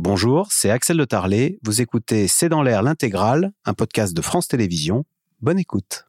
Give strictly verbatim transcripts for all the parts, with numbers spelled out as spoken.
Bonjour, c'est Axel de Tarlet. Vous écoutez C'est dans l'air l'intégrale, un podcast de France Télévisions. Bonne écoute.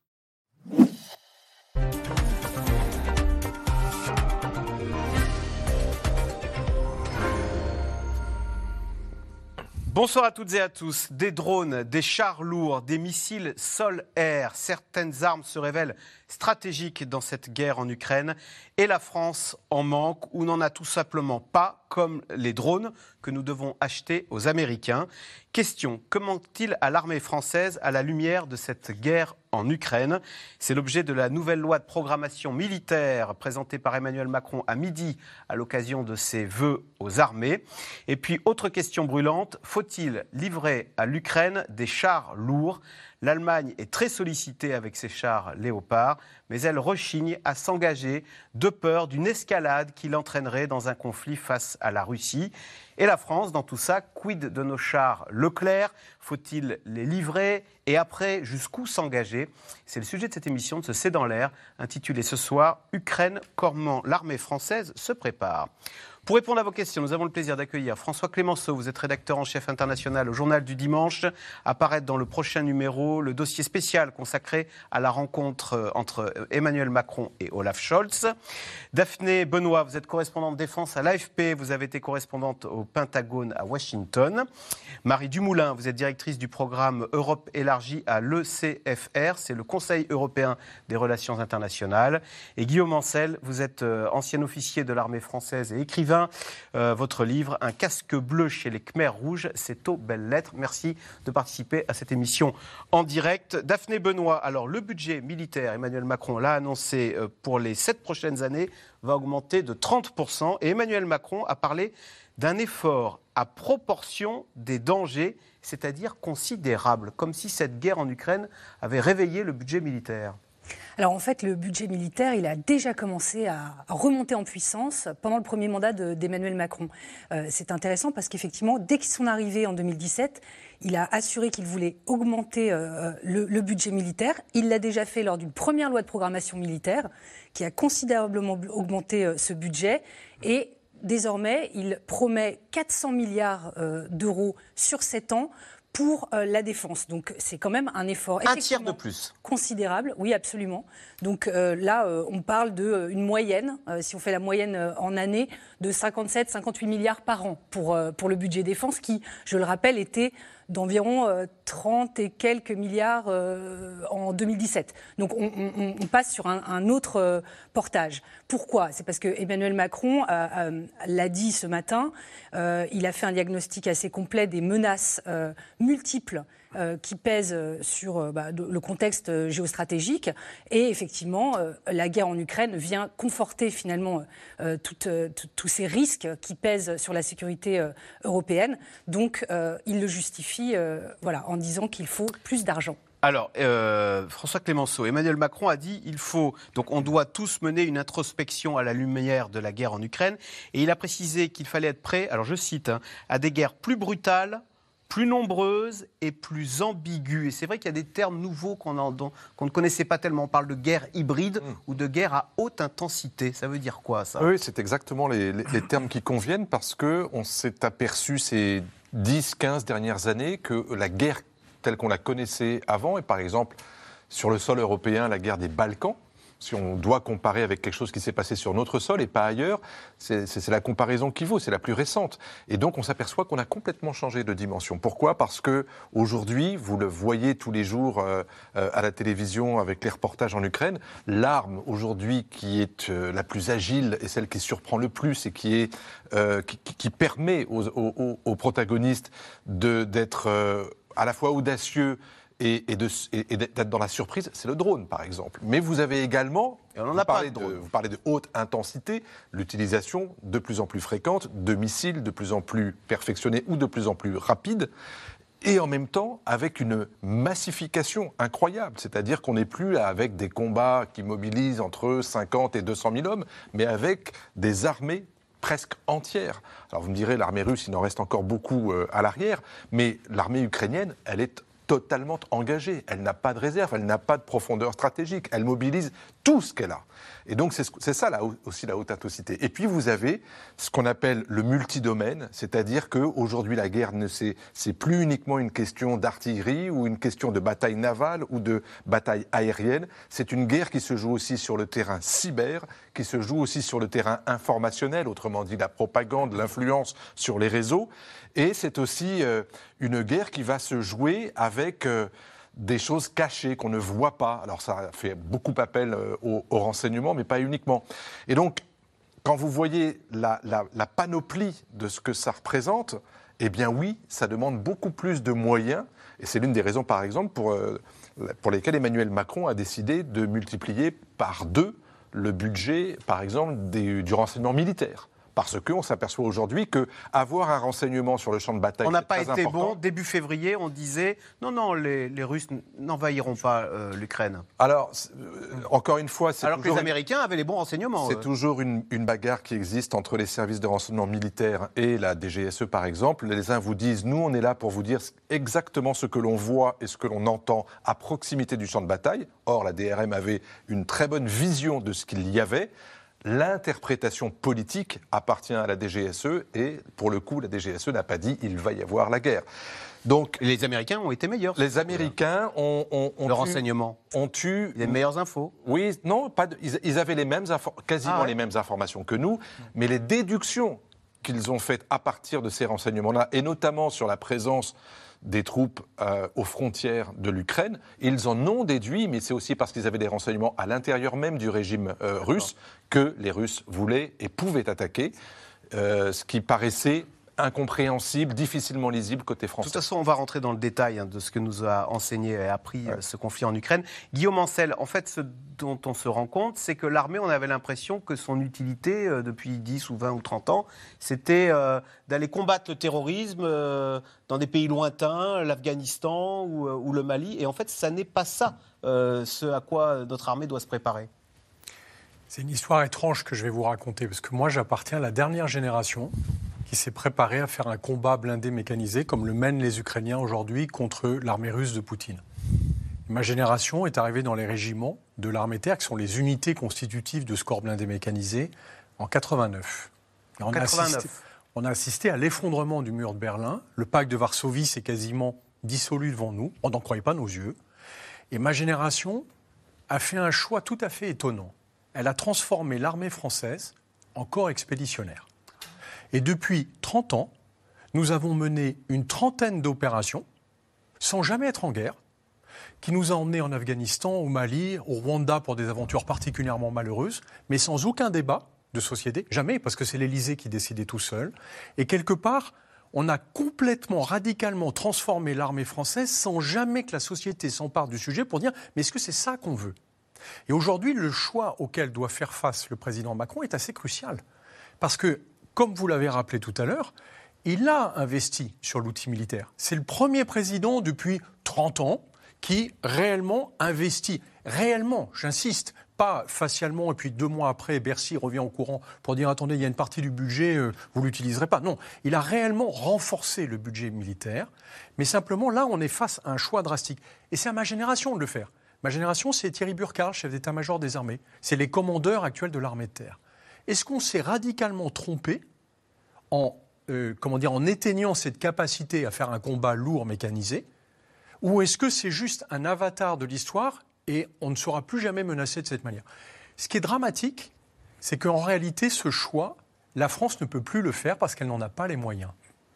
Bonsoir à toutes et à tous. Des drones, des chars lourds, des missiles sol-air. Certaines armes se révèlent stratégiques dans cette guerre en Ukraine. Et la France en manque ou n'en a tout simplement pas, comme les drones que nous devons acheter aux Américains. Question, que manque-t-il à l'armée française à la lumière de cette guerre en Ukraine ? C'est l'objet de la nouvelle loi de programmation militaire présentée par Emmanuel Macron à midi à l'occasion de ses vœux aux armées. Et puis, autre question brûlante, faut-il livrer à l'Ukraine des chars lourds ? L'Allemagne est très sollicitée avec ses chars Léopard, mais elle rechigne à s'engager de peur d'une escalade qui l'entraînerait dans un conflit face à la Russie. Et la France, dans tout ça, quid de nos chars Leclerc ? Faut-il les livrer ? Et après, jusqu'où s'engager ? C'est le sujet de cette émission de ce C'est dans l'air, intitulée ce soir « Ukraine, comment l'armée française se prépare ». Pour répondre à vos questions, nous avons le plaisir d'accueillir François Clémenceau. Vous êtes rédacteur en chef international au Journal du Dimanche. Apparaître dans le prochain numéro le dossier spécial consacré à la rencontre entre Emmanuel Macron et Olaf Scholz. Daphné Benoît, vous êtes correspondante défense à l'A F P. Vous avez été correspondante au Pentagone à Washington. Marie Dumoulin, vous êtes directrice du programme Europe élargie à l'E C F R. C'est le Conseil européen des relations internationales. Et Guillaume Ancel, vous êtes ancien officier de l'armée française et écrivain. Euh, votre livre, Un casque bleu chez les Khmers rouges, c'est aux belles lettres. Merci de participer à cette émission en direct. Daphné Benoît, alors le budget militaire, Emmanuel Macron l'a annoncé euh, pour les sept prochaines années, va augmenter de trente pour cent. Et Emmanuel Macron a parlé d'un effort à proportion des dangers, c'est-à-dire considérable, comme si cette guerre en Ukraine avait réveillé le budget militaire. Alors en fait, le budget militaire, il a déjà commencé à remonter en puissance pendant le premier mandat de, d'Emmanuel Macron. Euh, c'est intéressant parce qu'effectivement, dès son arrivée en deux mille dix-sept, il a assuré qu'il voulait augmenter euh, le, le budget militaire. Il l'a déjà fait lors d'une première loi de programmation militaire qui a considérablement augmenté euh, ce budget. Et désormais, il promet quatre cents milliards euh, d'euros sur sept ans pour euh, la défense. Donc c'est quand même un effort un tiers de plus considérable, oui absolument. Donc euh, là euh, on parle de euh, une moyenne, euh, si on fait la moyenne euh, en année, de cinquante-sept à cinquante-huit milliards par an pour euh, pour le budget défense qui, je le rappelle, était d'environ euh, trente et quelques milliards euh, en deux mille dix-sept. Donc on, on, on passe sur un, un autre euh, portage. Pourquoi ? C'est parce que Emmanuel Macron euh, euh, l'a dit ce matin, euh, il a fait un diagnostic assez complet des menaces euh, multiples euh, qui pèsent sur euh, bah, le contexte géostratégique. Et effectivement, euh, la guerre en Ukraine vient conforter finalement euh, euh, tous ces risques qui pèsent sur la sécurité euh, européenne. Donc euh, il le justifie euh, voilà, en disant qu'il faut plus d'argent. Alors, euh, François Clémenceau, Emmanuel Macron a dit il faut, donc on doit tous mener une introspection à la lumière de la guerre en Ukraine. Et il a précisé qu'il fallait être prêt, alors je cite, hein, à des guerres plus brutales, plus nombreuses et plus ambiguës. Et c'est vrai qu'il y a des termes nouveaux qu'on, en, dont, qu'on ne connaissait pas tellement. On parle de guerre hybride mmh. ou de guerre à haute intensité. Ça veut dire quoi, ça ? Oui, c'est exactement les, les, les termes qui conviennent parce qu'on s'est aperçu ces dix quinze dernières années que la guerre telle qu'on la connaissait avant, et par exemple sur le sol européen, la guerre des Balkans, si on doit comparer avec quelque chose qui s'est passé sur notre sol et pas ailleurs, c'est, c'est, c'est la comparaison qui vaut, c'est la plus récente. Et donc on s'aperçoit qu'on a complètement changé de dimension. Pourquoi ? Parce qu'aujourd'hui, vous le voyez tous les jours euh, euh, à la télévision avec les reportages en Ukraine, l'arme aujourd'hui qui est euh, la plus agile et celle qui surprend le plus et qui, est, euh, qui, qui permet aux, aux, aux protagonistes de, d'être euh, à la fois audacieux Et, et, de, et, et d'être dans la surprise, c'est le drone, par exemple. Mais vous avez également, et on en vous, a parlez pas de, de vous parlez de haute intensité, l'utilisation de plus en plus fréquente de missiles, de plus en plus perfectionnés ou de plus en plus rapides, et en même temps avec une massification incroyable. C'est-à-dire qu'on n'est plus là avec des combats qui mobilisent entre cinquante et deux cent mille hommes, mais avec des armées presque entières. Alors vous me direz, l'armée russe, il en reste encore beaucoup euh, à l'arrière, mais l'armée ukrainienne, elle est totalement engagée. Elle n'a pas de réserve, elle n'a pas de profondeur stratégique. Elle mobilise tout ce qu'elle a. Et donc, c'est, c'est ça là, aussi la haute intensité. Et puis, vous avez ce qu'on appelle le multidomaine, c'est-à-dire qu'aujourd'hui, la guerre, ne c'est, c'est plus uniquement une question d'artillerie ou une question de bataille navale ou de bataille aérienne. C'est une guerre qui se joue aussi sur le terrain cyber, qui se joue aussi sur le terrain informationnel, autrement dit la propagande, l'influence sur les réseaux. Et c'est aussi euh, une guerre qui va se jouer avec... Euh, des choses cachées qu'on ne voit pas. Alors ça fait beaucoup appel au, au renseignement, mais pas uniquement. Et donc, quand vous voyez la, la, la panoplie de ce que ça représente, eh bien oui, ça demande beaucoup plus de moyens. Et c'est l'une des raisons, par exemple, pour, euh, pour lesquelles Emmanuel Macron a décidé de multiplier par deux le budget, par exemple, des, du renseignement militaire. Parce qu'on s'aperçoit aujourd'hui qu'avoir un renseignement sur le champ de bataille, on n'a pas été important. bon. Début février, on disait non, non, les, les Russes n'envahiront pas euh, l'Ukraine. Alors, euh, encore une fois, c'est alors que les une... Américains avaient les bons renseignements. C'est euh. toujours une, une bagarre qui existe entre les services de renseignement militaire et la D G S E, par exemple. Les uns vous disent, nous, on est là pour vous dire exactement ce que l'on voit et ce que l'on entend à proximité du champ de bataille. Or, la D R M avait une très bonne vision de ce qu'il y avait. L'interprétation politique appartient à la D G S E et, pour le coup, la D G S E n'a pas dit « il va y avoir la guerre ». Donc, les Américains ont été meilleurs. Les Américains ont, ont, ont le eu, renseignement. Ont eu les meilleures infos. Oui, non, pas de, ils, ils avaient les mêmes infos, quasiment ah ouais. les mêmes informations que nous, mais les déductions qu'ils ont faites à partir de ces renseignements-là, et notamment sur la présence des troupes euh, aux frontières de l'Ukraine, ils en ont déduit, mais c'est aussi parce qu'ils avaient des renseignements à l'intérieur même du régime euh, russe que les Russes voulaient et pouvaient attaquer, euh, ce qui paraissait incompréhensible, difficilement lisible côté français. De toute façon, on va rentrer dans le détail hein, de ce que nous a enseigné et appris ouais. euh, ce conflit en Ukraine. Guillaume Ancel, en fait, ce dont on se rend compte, c'est que l'armée, on avait l'impression que son utilité, euh, depuis dix ou vingt ou trente ans, c'était euh, d'aller combattre le terrorisme euh, dans des pays lointains, l'Afghanistan ou, euh, ou le Mali. Et en fait, ça n'est pas ça, euh, ce à quoi notre armée doit se préparer. C'est une histoire étrange que je vais vous raconter, parce que moi, j'appartiens à la dernière génération qui s'est préparée à faire un combat blindé mécanisé, comme le mènent les Ukrainiens aujourd'hui contre l'armée russe de Poutine. Ma génération est arrivée dans les régiments de l'armée terre, qui sont les unités constitutives de ce corps blindé mécanisé, en quatre-vingt-neuf. Et on, quatre-vingt-neuf. A assisté, on a assisté à l'effondrement du mur de Berlin. Le pacte de Varsovie s'est quasiment dissolu devant nous. On n'en croyait pas nos yeux. Et ma génération a fait un choix tout à fait étonnant. Elle a transformé l'armée française en corps expéditionnaire. Et depuis trente ans, nous avons mené une trentaine d'opérations, sans jamais être en guerre, qui nous a emmenés en Afghanistan, au Mali, au Rwanda pour des aventures particulièrement malheureuses, mais sans aucun débat de société, jamais, parce que c'est l'Élysée qui décidait tout seul. Et quelque part, on a complètement, radicalement transformé l'armée française sans jamais que la société s'empare du sujet pour dire « mais est-ce que c'est ça qu'on veut ?» Et aujourd'hui, le choix auquel doit faire face le président Macron est assez crucial. Parce que, comme vous l'avez rappelé tout à l'heure, il a investi sur l'outil militaire. C'est le premier président depuis trente ans qui réellement investit. Réellement, j'insiste, pas facialement et puis deux mois après, Bercy revient au courant pour dire « attendez, il y a une partie du budget, euh, vous ne l'utiliserez pas ». Non, il a réellement renforcé le budget militaire. Mais simplement, là, on est face à un choix drastique. Et c'est à ma génération de le faire. Ma génération, c'est Thierry Burkhardt, chef d'état-major des armées. C'est les commandeurs actuels de l'armée de terre. Est-ce qu'on s'est radicalement trompé en, euh, comment dire, en éteignant cette capacité à faire un combat lourd mécanisé, ou est-ce que c'est juste un avatar de l'histoire et on ne sera plus jamais menacé de cette manière? Ce qui est dramatique, c'est qu'en réalité, ce choix, la France ne peut plus le faire parce qu'elle n'en a pas les moyens.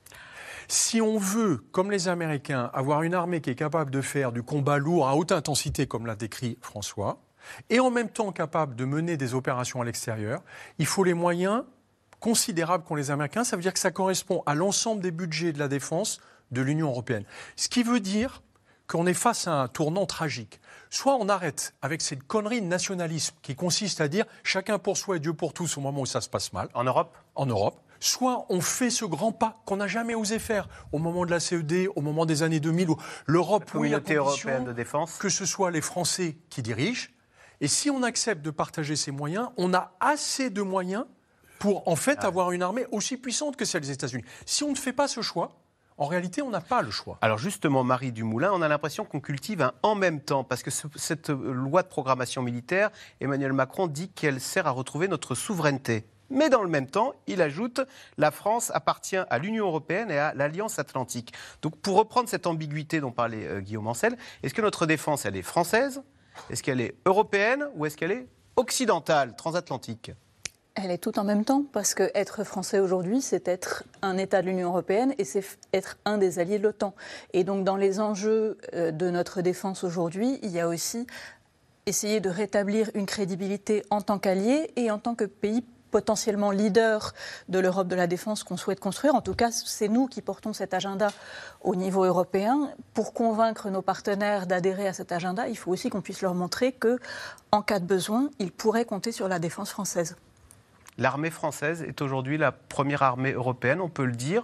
Si on veut, comme les Américains, avoir une armée qui est capable de faire du combat lourd à haute intensité, comme l'a décrit François, et en même temps capable de mener des opérations à l'extérieur, il faut les moyens considérables qu'ont les Américains. Ça veut dire que ça correspond à l'ensemble des budgets de la défense de l'Union européenne. Ce qui veut dire qu'on est face à un tournant tragique. Soit on arrête avec cette connerie de nationalisme qui consiste à dire chacun pour soi et Dieu pour tous au moment où ça se passe mal. En Europe ? En Europe. Soit on fait ce grand pas qu'on n'a jamais osé faire au moment de la C E D, au moment des années deux mille, où l'Europe, la communauté européenne de défense, que ce soit les Français qui dirigent. Et si on accepte de partager ces moyens, on a assez de moyens pour en fait ah. avoir une armée aussi puissante que celle des États-Unis. Si on ne fait pas ce choix, En réalité, on n'a pas le choix. Alors justement, Marie Dumoulin, on a l'impression qu'on cultive un en même temps, parce que ce, cette loi de programmation militaire, Emmanuel Macron dit qu'elle sert à retrouver notre souveraineté. Mais dans le même temps, il ajoute « La France appartient à l'Union européenne et à l'Alliance atlantique ». Donc pour reprendre cette ambiguïté dont parlait euh, Guillaume Ancel, est-ce que notre défense, elle est française ? Est-ce qu'elle est européenne ou est-ce qu'elle est occidentale, transatlantique ? Elle est tout en même temps, parce qu'être français aujourd'hui, c'est être un État de l'Union européenne et c'est être un des alliés de l'OTAN. Et donc dans les enjeux de notre défense aujourd'hui, il y a aussi essayer de rétablir une crédibilité en tant qu'allié et en tant que pays potentiellement leader de l'Europe de la défense qu'on souhaite construire. En tout cas, c'est nous qui portons cet agenda au niveau européen. Pour convaincre nos partenaires d'adhérer à cet agenda, il faut aussi qu'on puisse leur montrer qu'en cas de besoin, ils pourraient compter sur la défense française. L'armée française est aujourd'hui la première armée européenne, on peut le dire.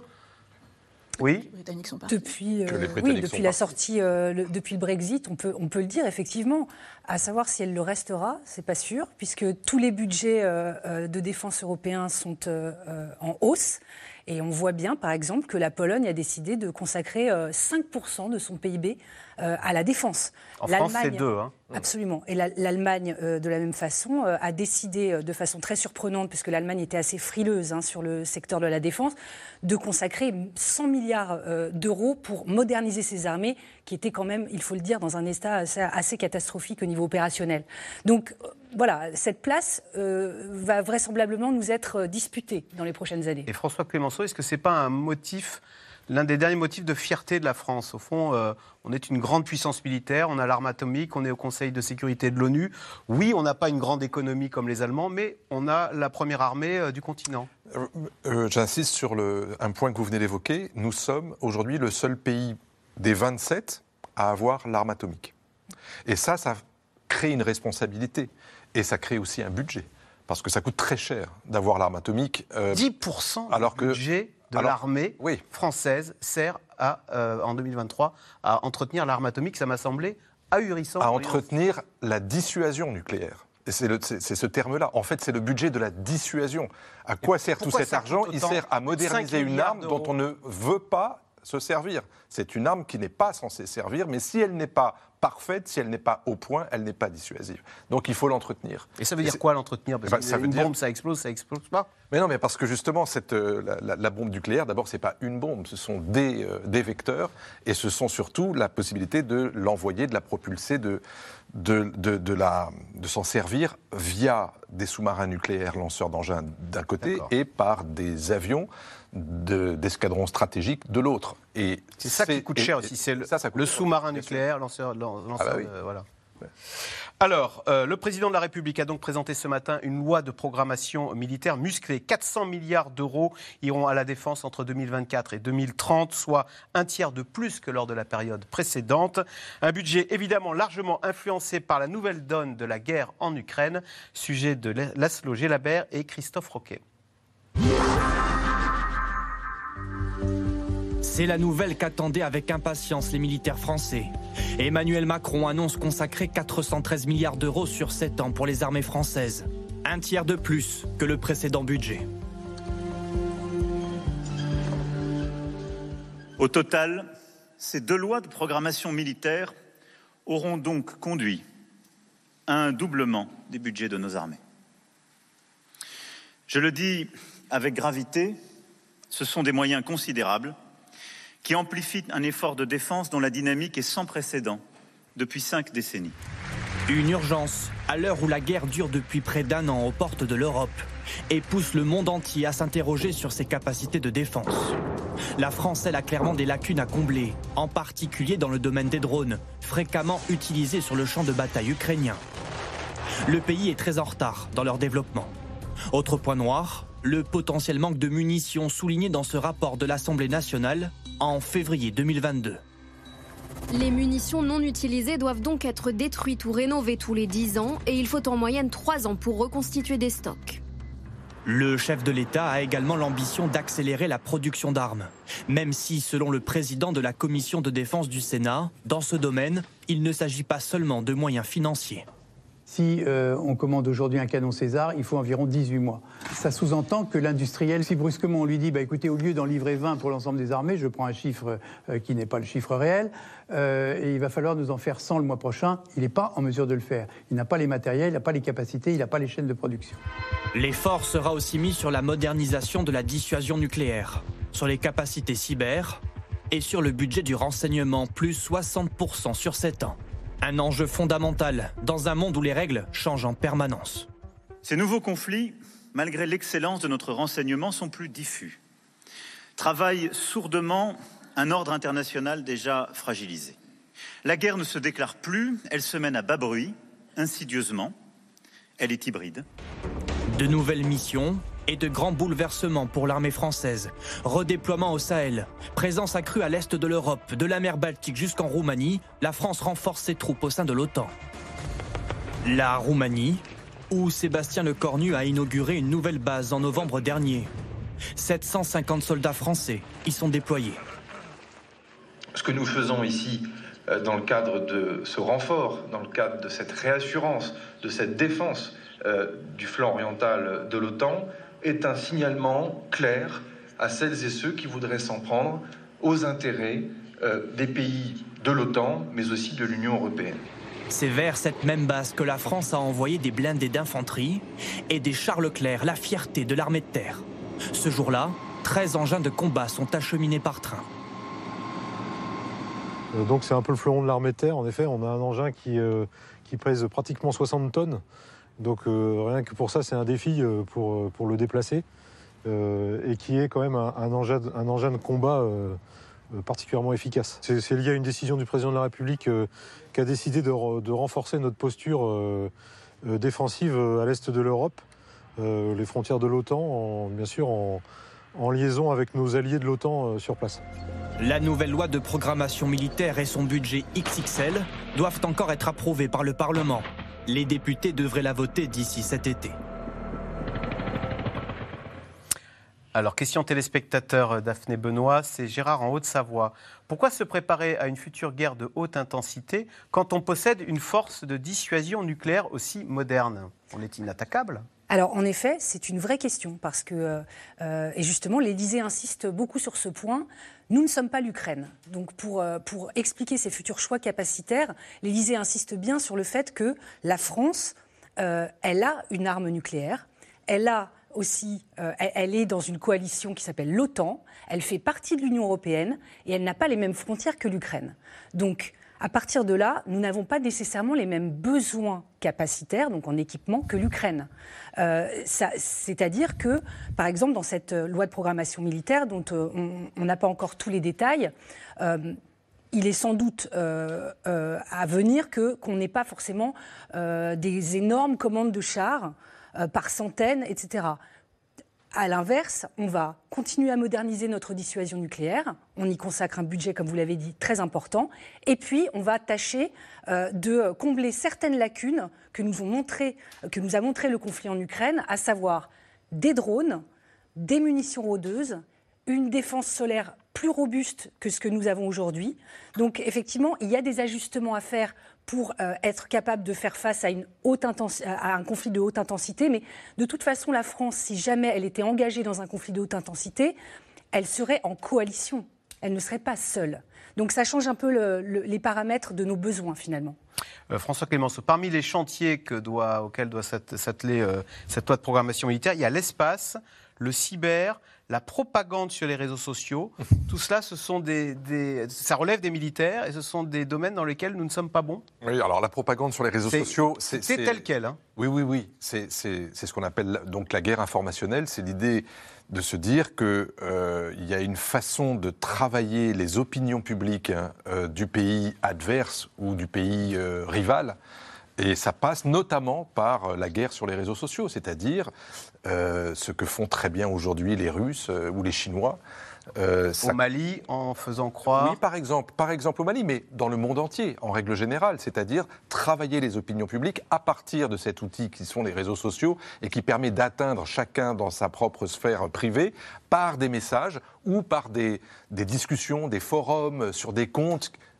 Oui. Les Britanniques sont partis. Depuis, euh, oui, depuis la sortie, euh, le, depuis le Brexit, on peut, on peut le dire effectivement. À savoir si elle le restera, c'est pas sûr, puisque tous les budgets euh, de défense européens sont euh, en hausse. Et on voit bien, par exemple, que la Pologne a décidé de consacrer euh, cinq pour cent de son P I B euh, à la défense. En France, c'est deux. Hein. Absolument. Et la, l'Allemagne, euh, de la même façon, euh, a décidé, euh, de façon très surprenante, puisque l'Allemagne était assez frileuse hein, sur le secteur de la défense, de consacrer cent milliards euh, d'euros pour moderniser ses armées, qui étaient quand même, il faut le dire, dans un état assez, assez catastrophique au niveau opérationnel. Donc, euh, voilà, cette place euh, va vraisemblablement nous être disputée dans les prochaines années. Et François Clémenceau, est-ce que ce n'est pas un motif, l'un des derniers motifs de fierté de la France ? Au fond, euh, on est une grande puissance militaire, on a l'arme atomique, on est au Conseil de sécurité de l'ONU. Oui, on n'a pas une grande économie comme les Allemands, mais on a la première armée euh, du continent. Euh, euh, j'insiste sur le, un point que vous venez d'évoquer. Nous sommes aujourd'hui le seul pays des vingt-sept à avoir l'arme atomique. Et ça, ça crée une responsabilité. Et ça crée aussi un budget, parce que ça coûte très cher d'avoir l'arme atomique. Euh, dix pour cent alors du budget de alors, l'armée oui. française sert à, euh, en deux mille vingt-trois à entretenir l'arme atomique. Ça m'a semblé ahurissant. À entretenir la dissuasion nucléaire. Et c'est, le, c'est, c'est ce terme-là. En fait, c'est le budget de la dissuasion. À quoi sert tout cet argent ? Il sert à moderniser une arme dont on ne veut pas se servir. C'est une arme qui n'est pas censée servir, mais si elle n'est pas parfaite, si elle n'est pas au point, elle n'est pas dissuasive. Donc il faut l'entretenir. Et ça veut dire et quoi l'entretenir ? Parce bah, que ça une veut dire... bombe, ça explose, ça explose pas. Mais non, mais parce que justement, cette, euh, la, la, la bombe nucléaire, d'abord, c'est pas une bombe, ce sont des, euh, des vecteurs, et ce sont surtout la possibilité de l'envoyer, de la propulser, de, de, de, de, la, de s'en servir via des sous-marins nucléaires lanceurs d'engins d'un côté D'accord. et par des avions de, d'escadrons stratégiques de l'autre. Et c'est ça c'est, qui coûte et, cher aussi, c'est le, ça, ça le sous-marin nucléaire, lanceur, lanceur ah bah oui. de, voilà. Ouais. Alors, euh, le président de la République a donc présenté ce matin une loi de programmation militaire musclée. quatre cents milliards d'euros iront à la défense entre deux mille vingt-quatre et deux mille trente, soit un tiers de plus que lors de la période précédente. Un budget évidemment largement influencé par la nouvelle donne de la guerre en Ukraine. Sujet de Laszlo Gelabert et Christophe Roquet. C'est la nouvelle qu'attendaient avec impatience les militaires français. Emmanuel Macron annonce consacrer quatre cent treize milliards d'euros sur sept ans pour les armées françaises. Un tiers de plus que le précédent budget. Au total, ces deux lois de programmation militaire auront donc conduit à un doublement des budgets de nos armées. Je le dis avec gravité, ce sont des moyens considérables qui amplifie un effort de défense dont la dynamique est sans précédent depuis cinq décennies. Une urgence à l'heure où la guerre dure depuis près d'un an aux portes de l'Europe et pousse le monde entier à s'interroger sur ses capacités de défense. La France, elle, a clairement des lacunes à combler, en particulier dans le domaine des drones, fréquemment utilisés sur le champ de bataille ukrainien. Le pays est très en retard dans leur développement. Autre point noir, le potentiel manque de munitions souligné dans ce rapport de l'Assemblée nationale en février deux mille vingt-deux. Les munitions non utilisées doivent donc être détruites ou rénovées tous les dix ans et il faut en moyenne trois ans pour reconstituer des stocks. Le chef de l'État a également l'ambition d'accélérer la production d'armes. Même si, selon le président de la commission de défense du Sénat, dans ce domaine, il ne s'agit pas seulement de moyens financiers. Si euh, on commande aujourd'hui un canon César, il faut environ dix-huit mois. Ça sous-entend que l'industriel, si brusquement on lui dit bah, « écoutez, au lieu d'en livrer vingt pour l'ensemble des armées, je prends un chiffre euh, qui n'est pas le chiffre réel, euh, et il va falloir nous en faire cent le mois prochain », il n'est pas en mesure de le faire. Il n'a pas les matériels, il n'a pas les capacités, il n'a pas les chaînes de production. L'effort sera aussi mis sur la modernisation de la dissuasion nucléaire, sur les capacités cyber et sur le budget du renseignement, plus soixante pour cent sur sept ans. Un enjeu fondamental dans un monde où les règles changent en permanence. Ces nouveaux conflits, malgré l'excellence de notre renseignement, sont plus diffus. Travaillent sourdement un ordre international déjà fragilisé. La guerre ne se déclare plus, elle se mène à bas bruit, insidieusement. Elle est hybride. De nouvelles missions et de grands bouleversements pour l'armée française. Redéploiement au Sahel, présence accrue à l'est de l'Europe, de la mer Baltique jusqu'en Roumanie, la France renforce ses troupes au sein de l'OTAN. La Roumanie, où Sébastien Lecornu a inauguré une nouvelle base en novembre dernier. sept cent cinquante soldats français y sont déployés. Ce que nous faisons ici, dans le cadre de ce renfort, dans le cadre de cette réassurance, de cette défense euh, du flanc oriental de l'OTAN, est un signalement clair à celles et ceux qui voudraient s'en prendre aux intérêts euh, des pays de l'OTAN, mais aussi de l'Union européenne. C'est vers cette même base que la France a envoyé des blindés d'infanterie et des chars Leclerc, la fierté de l'armée de terre. Ce jour-là, treize engins de combat sont acheminés par train. Euh, donc c'est un peu le fleuron de l'armée de terre. En effet, on a un engin qui, euh, qui pèse pratiquement soixante tonnes. Donc euh, rien que pour ça, c'est un défi euh, pour, pour le déplacer. Euh, et qui est quand même un, un, engin, un engin de combat euh, particulièrement efficace. C'est, c'est lié à une décision du président de la République euh, qui a décidé de, de renforcer notre posture euh, euh, défensive à l'est de l'Europe, euh, les frontières de l'OTAN, en, bien sûr en, en liaison avec nos alliés de l'OTAN euh, sur place. La nouvelle loi de programmation militaire et son budget X X L doivent encore être approuvés par le Parlement. Les députés devraient la voter d'ici cet été. Alors, question téléspectateur Daphné Benoît, c'est Gérard en Haute-Savoie. Pourquoi se préparer à une future guerre de haute intensité quand on possède une force de dissuasion nucléaire aussi moderne ? On est inattaquable ? Alors, en effet, c'est une vraie question parce que, euh, et justement, l'Élysée insiste beaucoup sur ce point. Nous ne sommes pas l'Ukraine. Donc, pour, euh, pour expliquer ces futurs choix capacitaires, l'Élysée insiste bien sur le fait que la France, euh, elle a une arme nucléaire, elle a aussi, euh, elle est dans une coalition qui s'appelle l'OTAN, elle fait partie de l'Union européenne et elle n'a pas les mêmes frontières que l'Ukraine. Donc, à partir de là, nous n'avons pas nécessairement les mêmes besoins capacitaires, donc en équipement, que l'Ukraine. Euh, ça, c'est-à-dire que, par exemple, dans cette loi de programmation militaire, dont euh, on n'a pas encore tous les détails, euh, il est sans doute euh, euh, à venir que, qu'on n'ait pas forcément euh, des énormes commandes de chars euh, par centaines, et cetera. À l'inverse, on va continuer à moderniser notre dissuasion nucléaire. On y consacre un budget, comme vous l'avez dit, très important. Et puis, on va tâcher euh, de combler certaines lacunes que nous, ont montré, que nous a montré le conflit en Ukraine, à savoir des drones, des munitions rôdeuses, une défense solaire plus robuste que ce que nous avons aujourd'hui. Donc, effectivement, il y a des ajustements à faire pour euh, être capable de faire face à, une haute intensi- à un conflit de haute intensité. Mais de toute façon, la France, si jamais elle était engagée dans un conflit de haute intensité, elle serait en coalition. Elle ne serait pas seule. Donc ça change un peu le, le, les paramètres de nos besoins, finalement. Euh, François Clémenceau, parmi les chantiers que doit, auxquels doit s'atteler euh, cette loi de programmation militaire, il y a l'espace, le cyber, la propagande sur les réseaux sociaux. Tout cela, ce sont des, des, ça relève des militaires et ce sont des domaines dans lesquels nous ne sommes pas bons. Oui, alors la propagande sur les réseaux c'est, sociaux, c'est, c'est, c'est tel quel. Hein. Oui, oui, oui. C'est, c'est, c'est ce qu'on appelle donc la guerre informationnelle. C'est l'idée de se dire qu'il euh, y a une façon de travailler les opinions publiques hein, euh, du pays adverse ou du pays euh, rival. Et ça passe notamment par la guerre sur les réseaux sociaux, c'est-à-dire euh, ce que font très bien aujourd'hui les Russes euh, ou les Chinois. Euh, ça... Au Mali, en faisant croire... Oui, par exemple, par exemple au Mali, mais dans le monde entier, en règle générale, c'est-à-dire travailler les opinions publiques à partir de cet outil qui sont les réseaux sociaux et qui permet d'atteindre chacun dans sa propre sphère privée par des messages ou par des, des discussions, des forums sur des comptes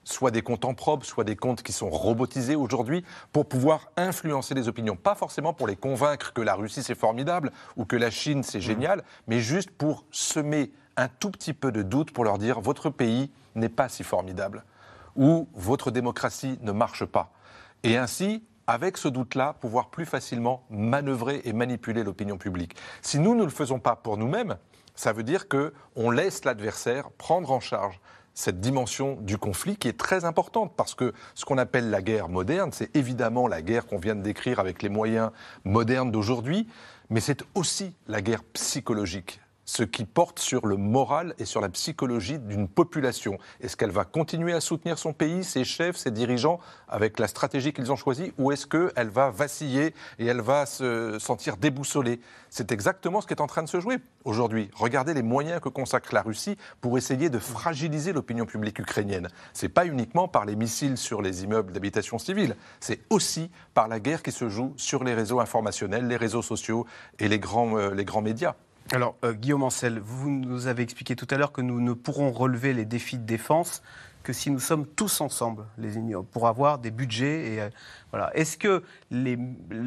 soit des comptes en propre, soit des comptes qui sont robotisés aujourd'hui, pour pouvoir influencer les opinions. Pas forcément pour les convaincre que la Russie c'est formidable ou que la Chine c'est génial, mmh. mais juste pour semer un tout petit peu de doute, pour leur dire votre pays n'est pas si formidable, ou votre démocratie ne marche pas. Et ainsi, avec ce doute-là, pouvoir plus facilement manœuvrer et manipuler l'opinion publique. Si nous ne le faisons pas pour nous-mêmes, ça veut dire qu'on laisse l'adversaire prendre en charge cette dimension du conflit qui est très importante, parce que ce qu'on appelle la guerre moderne, c'est évidemment la guerre qu'on vient de décrire avec les moyens modernes d'aujourd'hui, mais c'est aussi la guerre psychologique, ce qui porte sur le moral et sur la psychologie d'une population. Est-ce qu'elle va continuer à soutenir son pays, ses chefs, ses dirigeants, avec la stratégie qu'ils ont choisie, ou est-ce qu'elle va vaciller et elle va se sentir déboussolée ? C'est exactement ce qui est en train de se jouer aujourd'hui. Regardez les moyens que consacre la Russie pour essayer de fragiliser l'opinion publique ukrainienne. Ce n'est pas uniquement par les missiles sur les immeubles d'habitation civile, c'est aussi par la guerre qui se joue sur les réseaux informationnels, les réseaux sociaux et les grands, euh, les grands médias. Alors, euh, Guillaume Ancel, vous nous avez expliqué tout à l'heure que nous ne pourrons relever les défis de défense que si nous sommes tous ensemble, les Unions, pour avoir des budgets. Et, euh, voilà. Est-ce que les,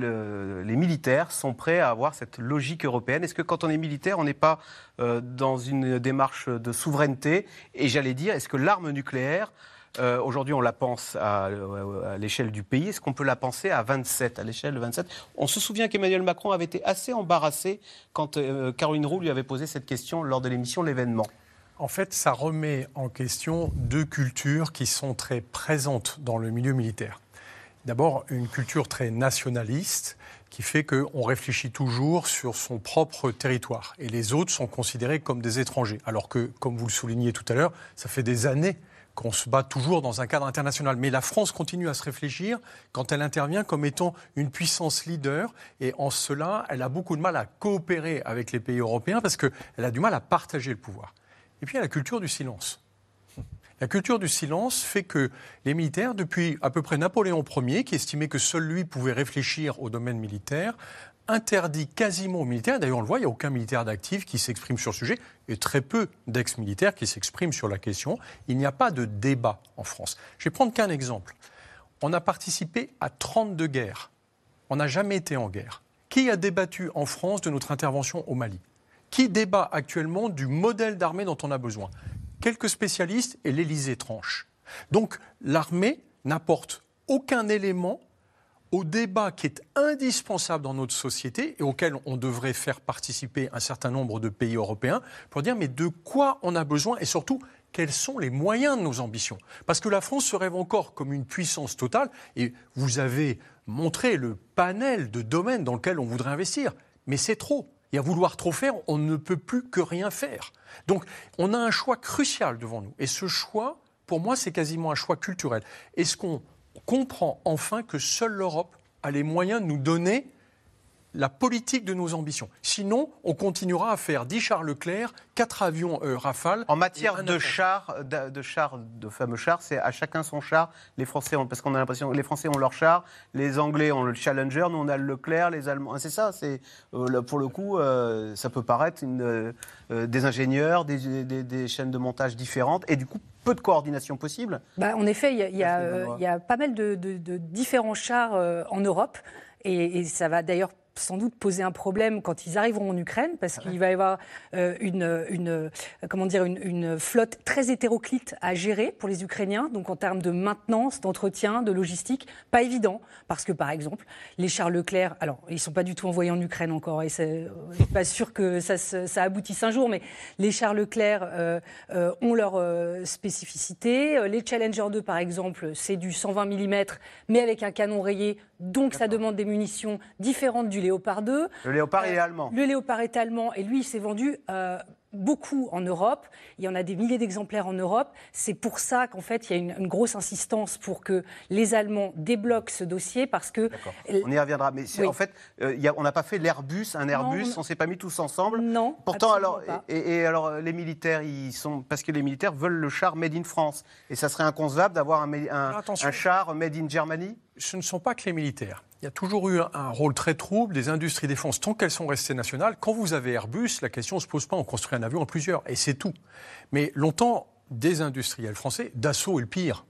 le, les militaires sont prêts à avoir cette logique européenne ? Est-ce que quand on est militaire, on n'est pas euh, dans une démarche de souveraineté ? Et j'allais dire, est-ce que l'arme nucléaire, Euh, aujourd'hui, on la pense à, à l'échelle du pays. Est-ce qu'on peut la penser à vingt-sept, à l'échelle de vingt-sept ? On se souvient qu'Emmanuel Macron avait été assez embarrassé quand euh, Caroline Roux lui avait posé cette question lors de l'émission L'Événement. En fait, ça remet en question deux cultures qui sont très présentes dans le milieu militaire. D'abord, une culture très nationaliste qui fait qu'on réfléchit toujours sur son propre territoire. Et les autres sont considérés comme des étrangers. Alors que, comme vous le soulignez tout à l'heure, ça fait des années qu'on se bat toujours dans un cadre international. Mais la France continue à se réfléchir quand elle intervient comme étant une puissance leader. Et en cela, elle a beaucoup de mal à coopérer avec les pays européens parce qu'elle a du mal à partager le pouvoir. Et puis, il y a la culture du silence. La culture du silence fait que les militaires, depuis à peu près Napoléon Ier, qui estimait que seul lui pouvait réfléchir au domaine militaire, interdit quasiment aux militaires, d'ailleurs on le voit, il n'y a aucun militaire d'actif qui s'exprime sur le sujet, et très peu d'ex-militaires qui s'expriment sur la question. Il n'y a pas de débat en France. Je vais prendre qu'un exemple. On a participé à trente-deux guerres. On n'a jamais été en guerre. Qui a débattu en France de notre intervention au Mali ? Qui débat actuellement du modèle d'armée dont on a besoin ? Quelques spécialistes et l'Élysée tranche. Donc l'armée n'apporte aucun élément au débat qui est indispensable dans notre société et auquel on devrait faire participer un certain nombre de pays européens pour dire mais de quoi on a besoin et surtout quels sont les moyens de nos ambitions. Parce que la France se rêve encore comme une puissance totale et vous avez montré le panel de domaines dans lesquels on voudrait investir, mais c'est trop. Et à vouloir trop faire, on ne peut plus que rien faire. Donc on a un choix crucial devant nous et ce choix, pour moi, c'est quasiment un choix culturel. Est-ce qu'on comprend enfin que seule l'Europe a les moyens de nous donner la politique de nos ambitions. Sinon, on continuera à faire dix chars Leclerc, quatre avions euh, Rafale. En matière de chars, de, de chars, de fameux chars, c'est à chacun son char. Les Français ont, parce qu'on a l'impression que les Français ont leur char, les Anglais ont le Challenger, nous on a le Leclerc, les Allemands. C'est ça. C'est euh, pour le coup, euh, ça peut paraître une, euh, des ingénieurs, des, des, des chaînes de montage différentes, et du coup peu de coordination possible. Bah, en effet, il y, y, euh, y a pas mal de, de, de différents chars euh, en Europe, et, et ça va d'ailleurs sans doute poser un problème quand ils arriveront en Ukraine, parce qu'il va y avoir euh, une, une, comment dire, une, une flotte très hétéroclite à gérer pour les Ukrainiens, donc en termes de maintenance, d'entretien, de logistique, pas évident, parce que par exemple, les chars Leclerc, alors ils ne sont pas du tout envoyés en Ukraine encore, et c'est pas sûr que ça, ça aboutisse un jour, mais les chars Leclerc euh, euh, ont leurs euh, spécificités. Les Challenger deux, par exemple, c'est du cent vingt millimètres, mais avec un canon rayé, donc ça demande des munitions différentes du Léopard deux. Le Léopard, euh, il est allemand. Le Léopard est allemand et lui, il s'est vendu euh, beaucoup en Europe. Il y en a des milliers d'exemplaires en Europe. C'est pour ça qu'en fait, il y a une, une grosse insistance pour que les Allemands débloquent ce dossier parce que... D'accord. On y reviendra. Mais oui. En fait, euh, y a, on n'a pas fait l'Airbus, un Airbus, non, on ne s'est pas mis tous ensemble. Non, pourtant, alors, pas. Et, et alors, les militaires, ils sont... Parce que les militaires veulent le char Made in France. Et ça serait inconcevable d'avoir un, un, un char Made in Germany ? Ce ne sont pas que les militaires. Il y a toujours eu un rôle très trouble des industries défense. Tant qu'elles sont restées nationales, quand vous avez Airbus, la question ne se pose pas, on construit un avion en plusieurs, et c'est tout. Mais longtemps, des industriels français, Dassault est le pire.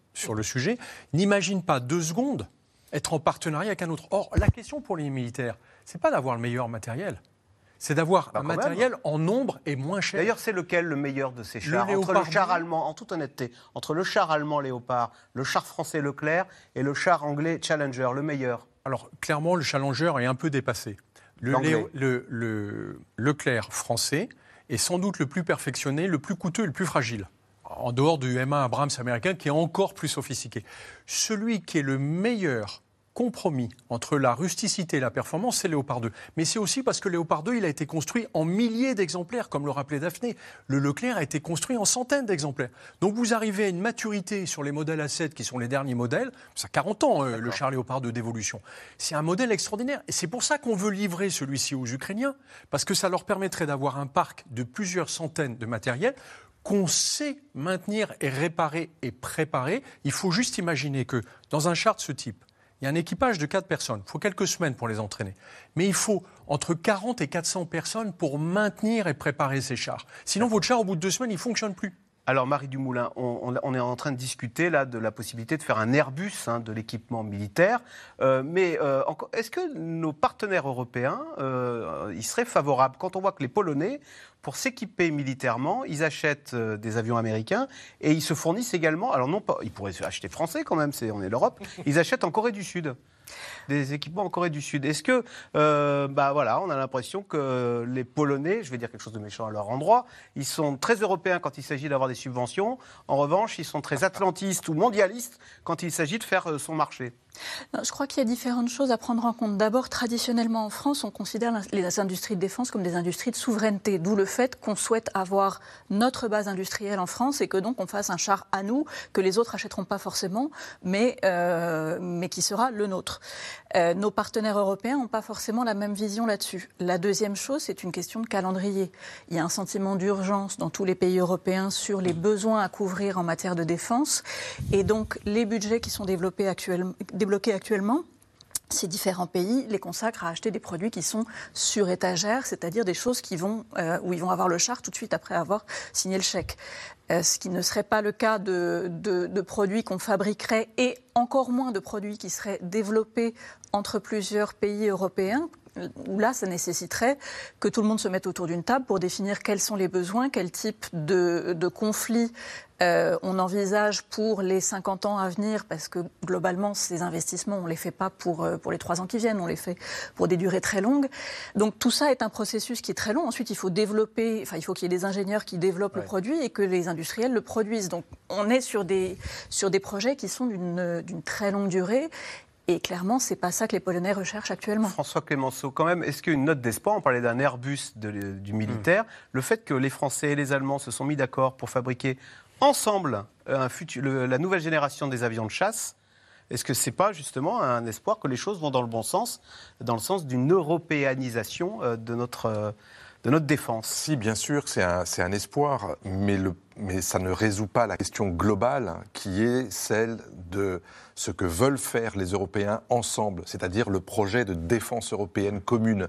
sur le sujet, n'imagine pas deux secondes être en partenariat avec un autre. Or, la question pour les militaires, c'est pas d'avoir le meilleur matériel. C'est d'avoir bah, un matériel même. en nombre et moins cher. D'ailleurs, c'est lequel le meilleur de ces chars? Le Entre le char allemand, en toute honnêteté, entre le char allemand Léopard, le char français Leclerc et le char anglais Challenger, le meilleur? Alors, clairement, le Challenger est un peu dépassé. Le, Léo, le, le Leclerc français est sans doute le plus perfectionné, le plus coûteux et le plus fragile. En dehors du M un Abrams américain qui est encore plus sophistiqué. Celui qui est le meilleur compromis entre la rusticité et la performance, c'est Léopard deux. Mais c'est aussi parce que Léopard deux, il a été construit en milliers d'exemplaires, comme le rappelait Daphné. Le Leclerc a été construit en centaines d'exemplaires. Donc vous arrivez à une maturité sur les modèles A sept, qui sont les derniers modèles. Ça a quarante ans, euh, le char Léopard deux d'évolution. C'est un modèle extraordinaire. Et c'est pour ça qu'on veut livrer celui-ci aux Ukrainiens, parce que ça leur permettrait d'avoir un parc de plusieurs centaines de matériels qu'on sait maintenir et réparer et préparer. Il faut juste imaginer que dans un char de ce type, il y a un équipage de quatre personnes. Il faut quelques semaines pour les entraîner. Mais il faut entre quarante et quatre cents personnes pour maintenir et préparer ces chars. Sinon, votre char, au bout de deux semaines, il ne fonctionne plus. Alors, Marie Dumoulin, on, on est en train de discuter là, de la possibilité de faire un Airbus hein, de l'équipement militaire. Euh, mais euh, est-ce que nos partenaires européens euh, ils seraient favorables quand on voit que les Polonais, pour s'équiper militairement, ils achètent euh, des avions américains et ils se fournissent également, alors non pas, ils pourraient acheter français quand même, c'est, on est l'Europe, ils achètent en Corée du Sud. Des équipements en Corée du Sud. Est-ce que, euh, bah voilà, on a l'impression que les Polonais, je vais dire quelque chose de méchant à leur endroit, ils sont très européens quand il s'agit d'avoir des subventions. En revanche, ils sont très atlantistes ou mondialistes quand il s'agit de faire son marché. Non, je crois qu'il y a différentes choses à prendre en compte. D'abord, traditionnellement en France, on considère les industries de défense comme des industries de souveraineté, d'où le fait qu'on souhaite avoir notre base industrielle en France et que donc on fasse un char à nous, que les autres achèteront pas forcément, mais, euh, mais qui sera le nôtre. Euh, nos partenaires européens n'ont pas forcément la même vision là-dessus. La deuxième chose, c'est une question de calendrier. Il y a un sentiment d'urgence dans tous les pays européens sur les besoins à couvrir en matière de défense, et donc les budgets qui sont développés actuellement débloqués actuellement, ces différents pays les consacrent à acheter des produits qui sont sur étagère, c'est-à-dire des choses qui vont, euh, où ils vont avoir le char tout de suite après avoir signé le chèque. Euh, ce qui ne serait pas le cas de, de, de produits qu'on fabriquerait et encore moins de produits qui seraient développés entre plusieurs pays européens, où là, ça nécessiterait que tout le monde se mette autour d'une table pour définir quels sont les besoins, quel type de, de conflit euh, on envisage pour les cinquante ans à venir, parce que globalement, ces investissements, on ne les fait pas pour, pour les trois ans qui viennent, on les fait pour des durées très longues. Donc tout ça est un processus qui est très long. Ensuite, il faut développer, enfin, il faut qu'il y ait des ingénieurs qui développent ouais. le produit et que les industriels le produisent. Donc on est sur des, sur des projets qui sont d'une, d'une très longue durée. Et clairement, ce n'est pas ça que les Polonais recherchent actuellement. François Clémenceau, quand même, est-ce qu'une note d'espoir, on parlait d'un Airbus de, du militaire, mmh. le fait que les Français et les Allemands se sont mis d'accord pour fabriquer ensemble un futur, le, la nouvelle génération des avions de chasse, est-ce que ce n'est pas justement un espoir que les choses vont dans le bon sens, dans le sens d'une européanisation de notre... de notre défense? Si, bien sûr, c'est un, c'est un espoir, mais, le, mais ça ne résout pas la question globale qui est celle de ce que veulent faire les Européens ensemble, c'est-à-dire le projet de défense européenne commune.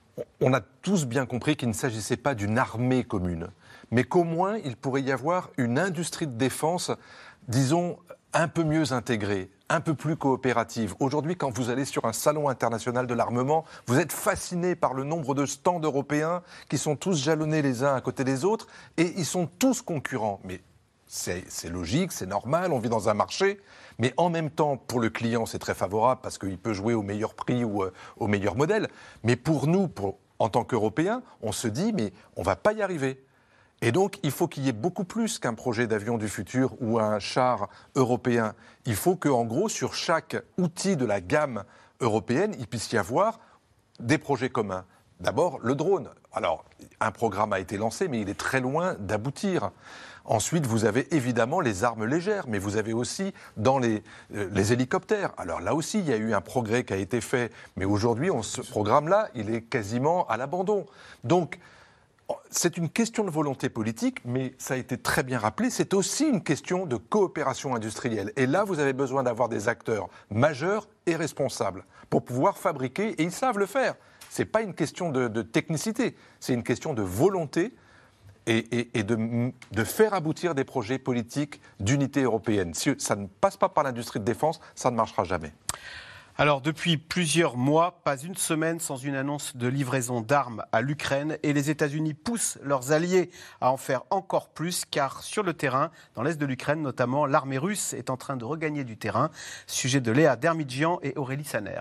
On a tous bien compris qu'il ne s'agissait pas d'une armée commune, mais qu'au moins il pourrait y avoir une industrie de défense, disons, un peu mieux intégrée, un peu plus coopérative. Aujourd'hui, quand vous allez sur un salon international de l'armement, vous êtes fasciné par le nombre de stands européens qui sont tous jalonnés les uns à côté des autres et ils sont tous concurrents. Mais c'est, c'est logique, c'est normal, on vit dans un marché. Mais en même temps, pour le client, c'est très favorable parce qu'il peut jouer au meilleur prix ou euh, au meilleur modèle. Mais pour nous, pour, en tant qu'Européens, on se dit, mais on ne va pas y arriver. Et donc, il faut qu'il y ait beaucoup plus qu'un projet d'avion du futur ou un char européen. Il faut qu'en gros, sur chaque outil de la gamme européenne, il puisse y avoir des projets communs. D'abord, le drone. Alors, un programme a été lancé, mais il est très loin d'aboutir. Ensuite, vous avez évidemment les armes légères, mais vous avez aussi dans les, euh, les hélicoptères. Alors là aussi, il y a eu un progrès qui a été fait, mais aujourd'hui, on, ce programme-là, il est quasiment à l'abandon. Donc, c'est une question de volonté politique, mais ça a été très bien rappelé, c'est aussi une question de coopération industrielle. Et là, vous avez besoin d'avoir des acteurs majeurs et responsables pour pouvoir fabriquer, et ils savent le faire. Ce n'est pas une question de, de technicité, c'est une question de volonté. et, et, et de, de faire aboutir des projets politiques d'unité européenne. Si ça ne passe pas par l'industrie de défense, ça ne marchera jamais. Alors, depuis plusieurs mois, pas une semaine sans une annonce de livraison d'armes à l'Ukraine. Et les États-Unis poussent leurs alliés à en faire encore plus, car sur le terrain, dans l'est de l'Ukraine notamment, l'armée russe est en train de regagner du terrain. Sujet de Léa Dermidjian et Aurélie Saner.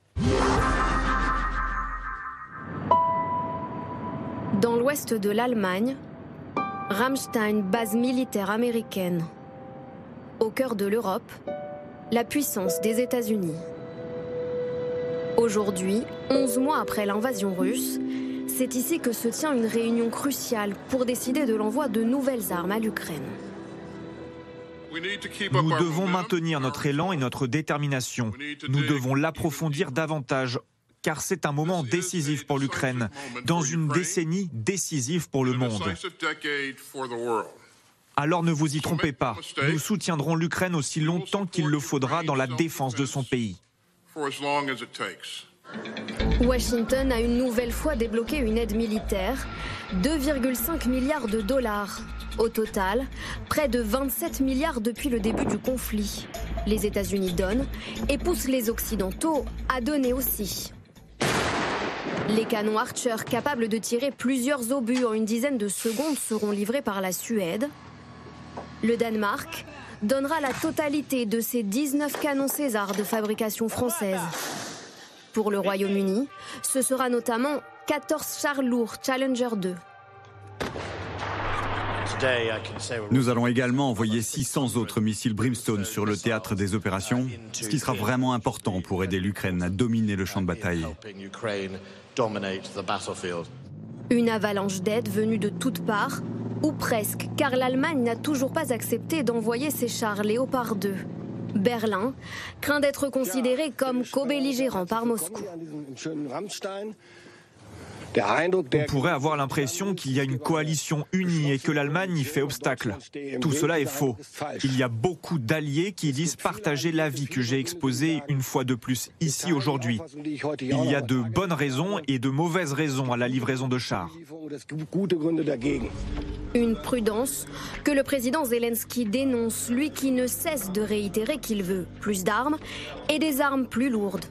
Dans l'ouest de l'Allemagne, Ramstein, base militaire américaine. Au cœur de l'Europe, la puissance des États-Unis. Aujourd'hui, onze mois après l'invasion russe, c'est ici que se tient une réunion cruciale pour décider de l'envoi de nouvelles armes à l'Ukraine. Nous devons maintenir notre élan et notre détermination. Nous devons l'approfondir davantage, car c'est un moment décisif pour l'Ukraine, dans une décennie décisive pour le monde. Alors ne vous y trompez pas, nous soutiendrons l'Ukraine aussi longtemps qu'il le faudra dans la défense de son pays. Washington a une nouvelle fois débloqué une aide militaire, deux virgule cinq milliards de dollars. Au total, près de vingt-sept milliards depuis le début du conflit. Les États-Unis donnent et poussent les Occidentaux à donner aussi. Les canons Archer capables de tirer plusieurs obus en une dizaine de secondes seront livrés par la Suède. Le Danemark donnera la totalité de ses dix-neuf canons César de fabrication française. Pour le Royaume-Uni, ce sera notamment quatorze chars lourds Challenger deux. Nous allons également envoyer six cents autres missiles Brimstone sur le théâtre des opérations, ce qui sera vraiment important pour aider l'Ukraine à dominer le champ de bataille. Une avalanche d'aide venue de toutes parts, ou presque, car l'Allemagne n'a toujours pas accepté d'envoyer ses chars Léopard deux. Berlin craint d'être considéré comme co-belligérant par Moscou. On pourrait avoir l'impression qu'il y a une coalition unie et que l'Allemagne y fait obstacle. Tout cela est faux. Il y a beaucoup d'alliés qui disent partager l'avis que j'ai exposé une fois de plus ici aujourd'hui. Il y a de bonnes raisons et de mauvaises raisons à la livraison de chars. Une prudence que le président Zelensky dénonce, lui qui ne cesse de réitérer qu'il veut plus d'armes et des armes plus lourdes.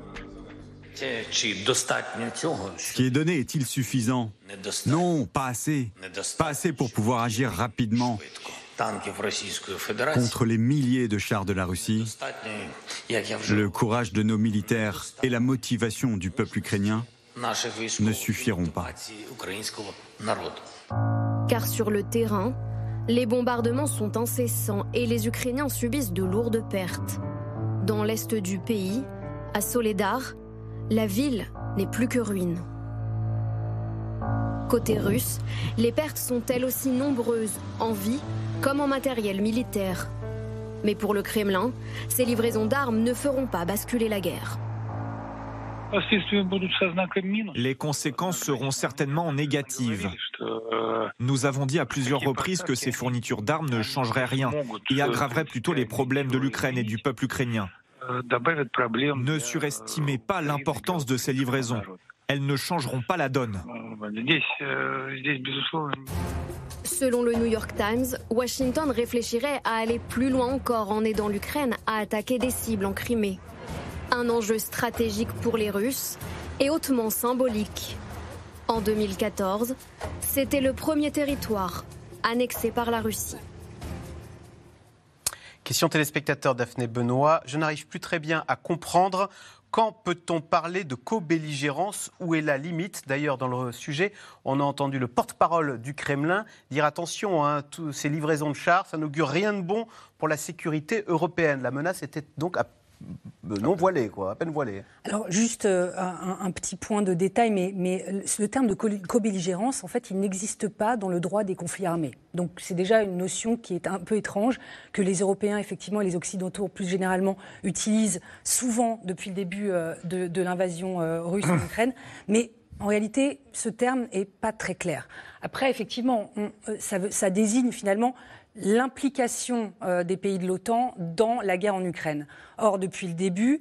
Ce qui est donné est-il suffisant? Non, pas assez. Pas assez pour pouvoir agir rapidement contre les milliers de chars de la Russie. Le courage de nos militaires et la motivation du peuple ukrainien ne suffiront pas. Car sur le terrain, les bombardements sont incessants et les Ukrainiens subissent de lourdes pertes. Dans l'est du pays, à Soledar, la ville n'est plus que ruine. Côté russe, les pertes sont elles aussi nombreuses, en vie comme en matériel militaire. Mais pour le Kremlin, ces livraisons d'armes ne feront pas basculer la guerre. Les conséquences seront certainement négatives. Nous avons dit à plusieurs reprises que ces fournitures d'armes ne changeraient rien et aggraveraient plutôt les problèmes de l'Ukraine et du peuple ukrainien. Ne surestimez pas l'importance de ces livraisons. Elles ne changeront pas la donne. Selon le New York Times, Washington réfléchirait à aller plus loin encore en aidant l'Ukraine à attaquer des cibles en Crimée. Un enjeu stratégique pour les Russes et hautement symbolique. En deux mille quatorze, c'était le premier territoire annexé par la Russie. Question téléspectateur Daphné Benoît. Je n'arrive plus très bien à comprendre quand peut-on parler de co-belligérance, où est la limite. D'ailleurs, dans le sujet, on a entendu le porte-parole du Kremlin dire attention, hein, toutes ces livraisons de chars, ça n'augure rien de bon pour la sécurité européenne. La menace était donc à non voilée, quoi, à peine voilée. Alors, juste euh, un, un petit point de détail, mais, mais le terme de co-belligérance, en fait, il n'existe pas dans le droit des conflits armés. Donc, c'est déjà une notion qui est un peu étrange, que les Européens, effectivement, et les Occidentaux, plus généralement, utilisent souvent depuis le début euh, de, de l'invasion euh, russe en Ukraine. Mais en réalité, ce terme n'est pas très clair. Après, effectivement, on, ça, ça désigne finalement l'implication euh, des pays de l'OTAN dans la guerre en Ukraine. Or, depuis le début,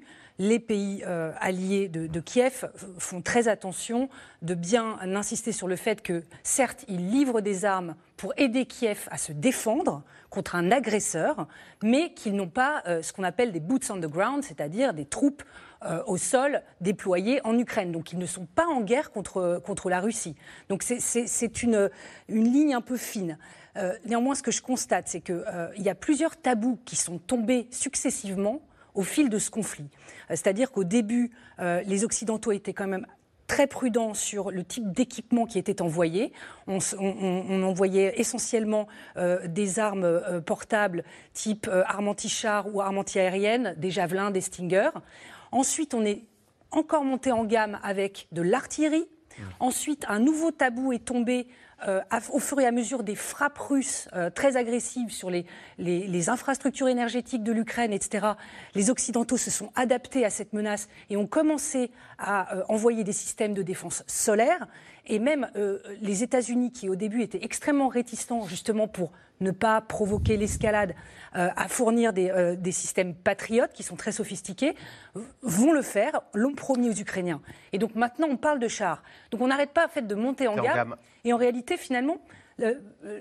les pays euh, alliés de, de Kiev font très attention de bien insister sur le fait que, certes, ils livrent des armes pour aider Kiev à se défendre contre un agresseur, mais qu'ils n'ont pas euh, ce qu'on appelle des boots on the ground, c'est-à-dire des troupes euh, au sol déployées en Ukraine. Donc ils ne sont pas en guerre contre, contre la Russie. Donc c'est, c'est, c'est une, une ligne un peu fine. Euh, néanmoins, ce que je constate, c'est qu'il euh, y a plusieurs tabous qui sont tombés successivement au fil de ce conflit. Euh, c'est-à-dire qu'au début, euh, les Occidentaux étaient quand même très prudents sur le type d'équipement qui était envoyé. On, on, on envoyait essentiellement euh, des armes euh, portables type euh, armes anti-chars ou armes anti-aériennes, des javelins, des Stinger. Ensuite, on est encore monté en gamme avec de l'artillerie. Mmh. Ensuite, un nouveau tabou est tombé euh, à, au fur et à mesure des frappes russes euh, très agressives sur les, les, les infrastructures énergétiques de l'Ukraine, et cetera. Les Occidentaux se sont adaptés à cette menace et ont commencé à euh, envoyer des systèmes de défense solaire. Et même euh, les États-Unis, qui au début étaient extrêmement réticents justement pour ne pas provoquer l'escalade, euh, à fournir des, euh, des systèmes patriotes qui sont très sophistiqués, vont le faire, l'ont promis aux Ukrainiens. Et donc maintenant, on parle de chars. Donc on n'arrête pas en fait, de monter en gamme, en gamme. Et en réalité, finalement, euh,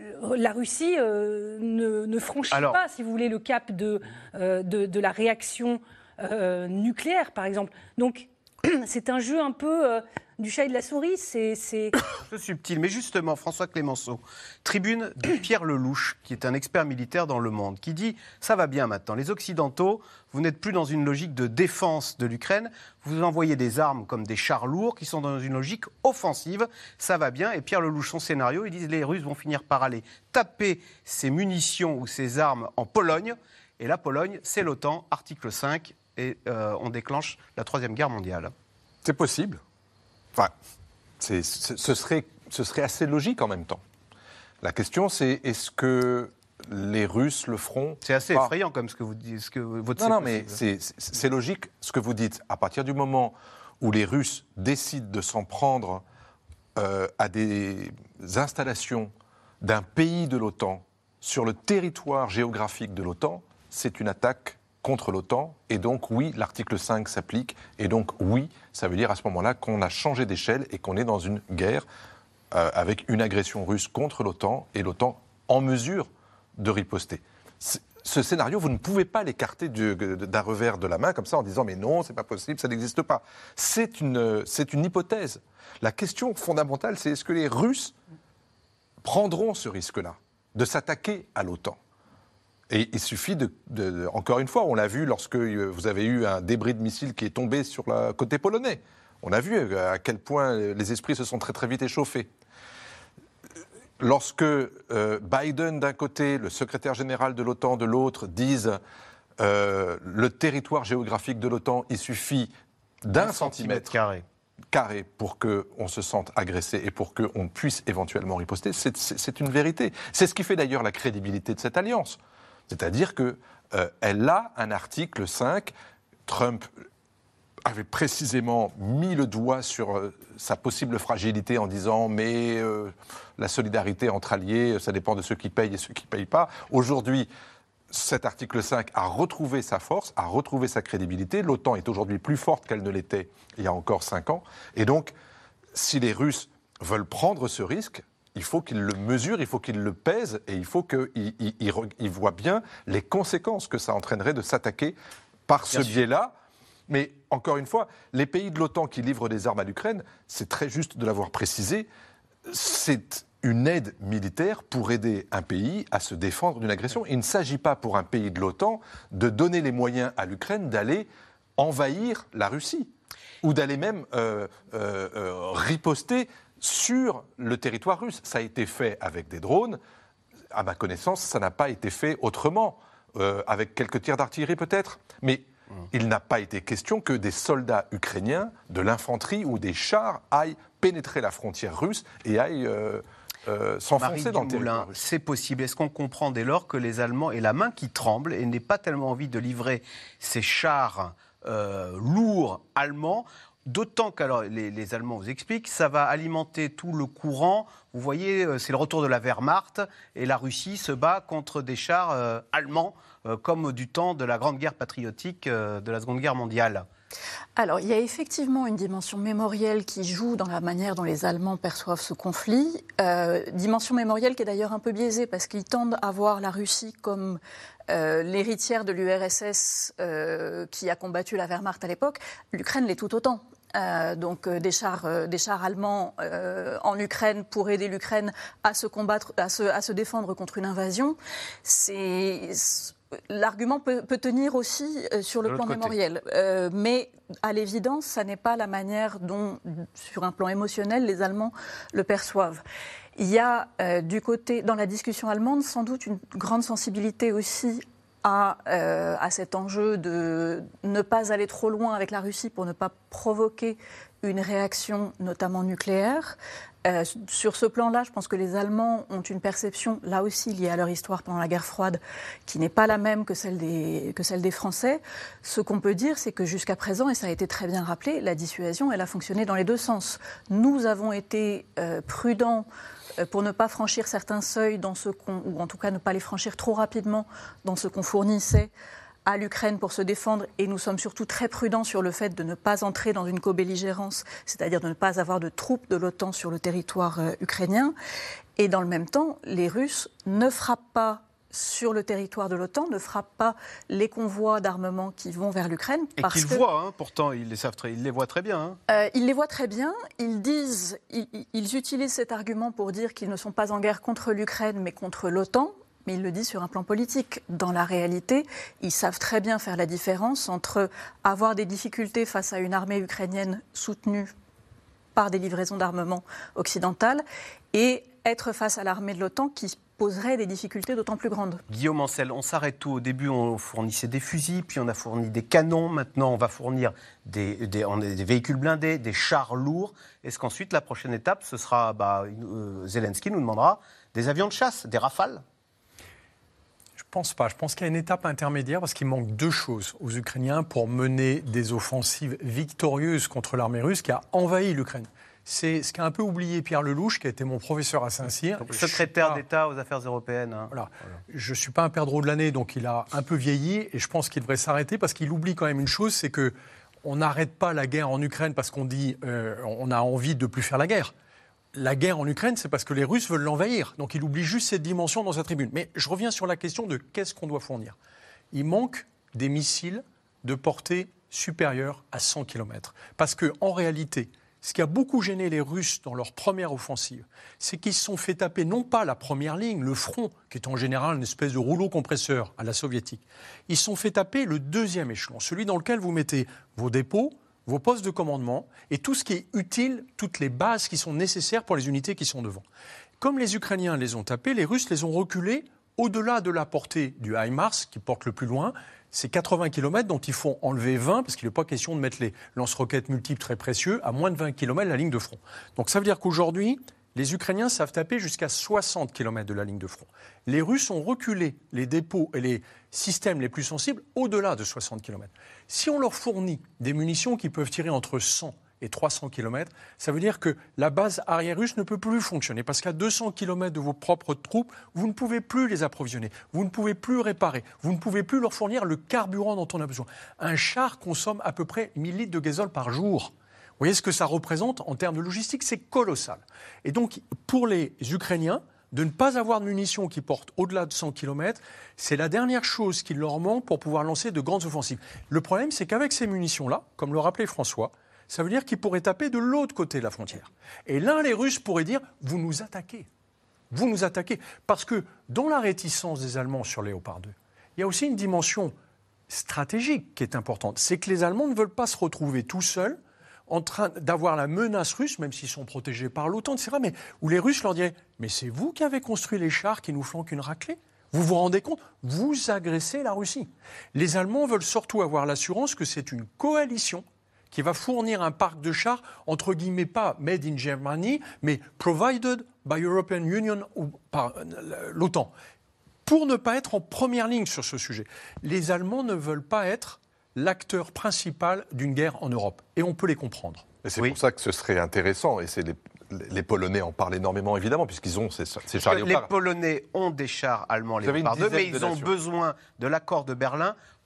la Russie euh, ne, ne franchit Alors... pas, si vous voulez, le cap de, euh, de, de la réaction euh, nucléaire, par exemple. Donc c'est un jeu un peu euh, du chat et de la souris, c'est... c'est... un peu subtil, mais justement, François Clémenceau, tribune de Pierre Lelouch, qui est un expert militaire dans Le Monde, qui dit « ça va bien maintenant, les Occidentaux, vous n'êtes plus dans une logique de défense de l'Ukraine, vous envoyez des armes comme des chars lourds qui sont dans une logique offensive, ça va bien ». Et Pierre Lelouch, son scénario, il dit « les Russes vont finir par aller taper ces munitions ou ces armes en Pologne ». Et la Pologne, c'est l'OTAN, article cinq, et euh, on déclenche la Troisième Guerre mondiale. C'est possible. Enfin, c'est, ce, serait, ce serait assez logique en même temps. La question, c'est est-ce que les Russes le feront ? C'est assez pas. effrayant comme ce que vous dites. Ce que votre non, non, mais c'est, c'est logique ce que vous dites. À partir du moment où les Russes décident de s'en prendre euh, à des installations d'un pays de l'OTAN sur le territoire géographique de l'OTAN, c'est une attaque contre l'OTAN, et donc oui, l'article cinq s'applique, et donc oui, ça veut dire à ce moment-là qu'on a changé d'échelle et qu'on est dans une guerre euh, avec une agression russe contre l'OTAN, et l'OTAN en mesure de riposter. C'est, ce scénario, vous ne pouvez pas l'écarter du, d'un revers de la main comme ça en disant mais non, c'est pas possible, ça n'existe pas. C'est une, c'est une hypothèse. La question fondamentale, c'est est-ce que les Russes prendront ce risque-là de s'attaquer à l'OTAN ? Et il suffit de, de, de... Encore une fois, on l'a vu lorsque vous avez eu un débris de missile qui est tombé sur le côté polonais. On a vu à quel point les esprits se sont très très vite échauffés. Lorsque euh, Biden d'un côté, le secrétaire général de l'OTAN de l'autre, disent euh, le territoire géographique de l'OTAN, il suffit d'un un centimètre carré. carré pour qu'on se sente agressé et pour qu'on puisse éventuellement riposter, c'est, c'est, c'est une vérité. C'est ce qui fait d'ailleurs la crédibilité de cette alliance. C'est-à-dire qu'elle euh, a un article cinq. Trump avait précisément mis le doigt sur euh, sa possible fragilité en disant « mais euh, la solidarité entre alliés, ça dépend de ceux qui payent et ceux qui ne payent pas ». Aujourd'hui, cet article cinq a retrouvé sa force, a retrouvé sa crédibilité. L'OTAN est aujourd'hui plus forte qu'elle ne l'était il y a encore cinq ans. Et donc, si les Russes veulent prendre ce risque, il faut qu'ils le mesurent, il faut qu'ils le pèsent et il faut qu'ils ils, ils, ils voient bien les conséquences que ça entraînerait de s'attaquer par ce biais-là. Mais encore une fois, les pays de l'OTAN qui livrent des armes à l'Ukraine, c'est très juste de l'avoir précisé, c'est une aide militaire pour aider un pays à se défendre d'une agression. Il ne s'agit pas pour un pays de l'OTAN de donner les moyens à l'Ukraine d'aller envahir la Russie ou d'aller même euh, euh, euh, riposter sur le territoire russe. Ça a été fait avec des drones. À ma connaissance, ça n'a pas été fait autrement, euh, avec quelques tirs d'artillerie peut-être. Mais mmh. il n'a pas été question que des soldats ukrainiens, de l'infanterie ou des chars aillent pénétrer la frontière russe et aillent euh, euh, s'enfoncer Marie dans le Dumoulin, territoire russe. C'est possible. Est-ce qu'on comprend dès lors que les Allemands aient la main qui tremble et n'aient pas tellement envie de livrer ces chars euh, lourds allemands ? D'autant que alors, les, les Allemands vous expliquent, ça va alimenter tout le courant. Vous voyez, c'est le retour de la Wehrmacht et la Russie se bat contre des chars euh, allemands, euh, comme du temps de la Grande Guerre patriotique euh, de la Seconde Guerre mondiale. Alors, il y a effectivement une dimension mémorielle qui joue dans la manière dont les Allemands perçoivent ce conflit. Euh, dimension mémorielle qui est d'ailleurs un peu biaisée parce qu'ils tendent à voir la Russie comme euh, l'héritière de l'U R S S euh, qui a combattu la Wehrmacht à l'époque. L'Ukraine l'est tout autant. Euh, donc euh, des chars, euh, des chars allemands euh, en Ukraine pour aider l'Ukraine à se combattre, à se, à se défendre contre une invasion. C'est L'argument peut, peut tenir aussi euh, sur le plan côté. mémoriel, euh, mais à l'évidence, ça n'est pas la manière dont, sur un plan émotionnel, les Allemands le perçoivent. Il y a euh, du côté, dans la discussion allemande, sans doute une grande sensibilité aussi à, euh, à cet enjeu de ne pas aller trop loin avec la Russie pour ne pas provoquer une réaction, notamment nucléaire. Euh, sur ce plan-là, je pense que les Allemands ont une perception, là aussi liée à leur histoire pendant la guerre froide, qui n'est pas la même que celle des, que celle des Français. Ce qu'on peut dire, c'est que jusqu'à présent, et ça a été très bien rappelé, la dissuasion, elle a fonctionné dans les deux sens. Nous avons été euh, prudents euh, pour ne pas franchir certains seuils, dans ce qu'on, ou en tout cas ne pas les franchir trop rapidement dans ce qu'on fournissait à l'Ukraine pour se défendre, et nous sommes surtout très prudents sur le fait de ne pas entrer dans une co-belligérance, c'est-à-dire de ne pas avoir de troupes de l'OTAN sur le territoire euh, ukrainien. Et dans le même temps, les Russes ne frappent pas sur le territoire de l'OTAN, ne frappent pas les convois d'armement qui vont vers l'Ukraine. Et qu'ils que, voient, hein, pourtant, ils les, savent très, ils les voient très bien. Hein. Euh, ils les voient très bien. Ils disent, ils, ils utilisent cet argument pour dire qu'ils ne sont pas en guerre contre l'Ukraine, mais contre l'OTAN. Mais ils le disent sur un plan politique. Dans la réalité, ils savent très bien faire la différence entre avoir des difficultés face à une armée ukrainienne soutenue par des livraisons d'armement occidentales et être face à l'armée de l'OTAN qui poserait des difficultés d'autant plus grandes. Guillaume Ancel, on s'arrête tout. Au début, on fournissait des fusils, puis on a fourni des canons. Maintenant, on va fournir des, des, des véhicules blindés, des chars lourds. Est-ce qu'ensuite, la prochaine étape, ce sera... Bah, euh, Zelensky nous demandera des avions de chasse, des Rafales ? Je ne pense pas. Je pense qu'il y a une étape intermédiaire parce qu'il manque deux choses aux Ukrainiens pour mener des offensives victorieuses contre l'armée russe qui a envahi l'Ukraine. C'est ce qu'a un peu oublié Pierre Lelouch, qui a été mon professeur à Saint-Cyr. Secrétaire pas... d'État aux affaires européennes. Hein. Voilà. Voilà. Je ne suis pas un perdreau de l'année, donc il a un peu vieilli et je pense qu'il devrait s'arrêter parce qu'il oublie quand même une chose, c'est qu'on n'arrête pas la guerre en Ukraine parce qu'on dit euh, on a envie de ne plus faire la guerre. La guerre en Ukraine, c'est parce que les Russes veulent l'envahir. Donc il oublie juste cette dimension dans sa tribune. Mais je reviens sur la question de qu'est-ce qu'on doit fournir. Il manque des missiles de portée supérieure à cent kilomètres. Parce qu'en réalité, ce qui a beaucoup gêné les Russes dans leur première offensive, c'est qu'ils se sont fait taper non pas la première ligne, le front, qui est en général une espèce de rouleau compresseur à la soviétique. Ils se sont fait taper le deuxième échelon, celui dans lequel vous mettez vos dépôts, vos postes de commandement et tout ce qui est utile, toutes les bases qui sont nécessaires pour les unités qui sont devant. Comme les Ukrainiens les ont tapés, les Russes les ont reculés au-delà de la portée du HIMARS, qui porte le plus loin. C'est quatre-vingts kilomètres dont il faut enlever vingt, parce qu'il n'est pas question de mettre les lance-roquettes multiples très précieux à moins de vingt kilomètres la ligne de front. Donc ça veut dire qu'aujourd'hui, les Ukrainiens savent taper jusqu'à soixante kilomètres de la ligne de front. Les Russes ont reculé les dépôts et les systèmes les plus sensibles au-delà de soixante kilomètres. Si on leur fournit des munitions qui peuvent tirer entre cent et trois cents kilomètres, ça veut dire que la base arrière russe ne peut plus fonctionner parce qu'à deux cents kilomètres de vos propres troupes, vous ne pouvez plus les approvisionner, vous ne pouvez plus réparer, vous ne pouvez plus leur fournir le carburant dont on a besoin. Un char consomme à peu près mille litres de gazole par jour. Vous voyez ce que ça représente en termes de logistique, c'est colossal. Et donc, pour les Ukrainiens, de ne pas avoir de munitions qui portent au-delà de cent kilomètres, c'est la dernière chose qu'il leur manque pour pouvoir lancer de grandes offensives. Le problème, c'est qu'avec ces munitions-là, comme le rappelait François, ça veut dire qu'ils pourraient taper de l'autre côté de la frontière. Et là, les Russes pourraient dire « vous nous attaquez, vous nous attaquez ». Parce que dans la réticence des Allemands sur Léopard deux, il y a aussi une dimension stratégique qui est importante. C'est que les Allemands ne veulent pas se retrouver tout seuls en train d'avoir la menace russe, même s'ils sont protégés par l'OTAN, et cetera, mais où les Russes leur diraient « mais c'est vous qui avez construit les chars qui nous flanquent une raclée ? Vous vous rendez compte ? Vous agressez la Russie ». Les Allemands veulent surtout avoir l'assurance que c'est une coalition qui va fournir un parc de chars, entre guillemets pas « made in Germany », mais « provided by European Union » ou par l'OTAN, pour ne pas être en première ligne sur ce sujet. Les Allemands ne veulent pas être l'acteur principal d'une guerre en Europe. Et on peut les comprendre. Et c'est oui. pour ça que ce serait intéressant, et c'est les, les Polonais en parlent énormément, évidemment, puisqu'ils ont ces, ces chars Léopard. Les Polonais ont des chars allemands Léopard deux, mais ils ont besoin de l'accord de Berlin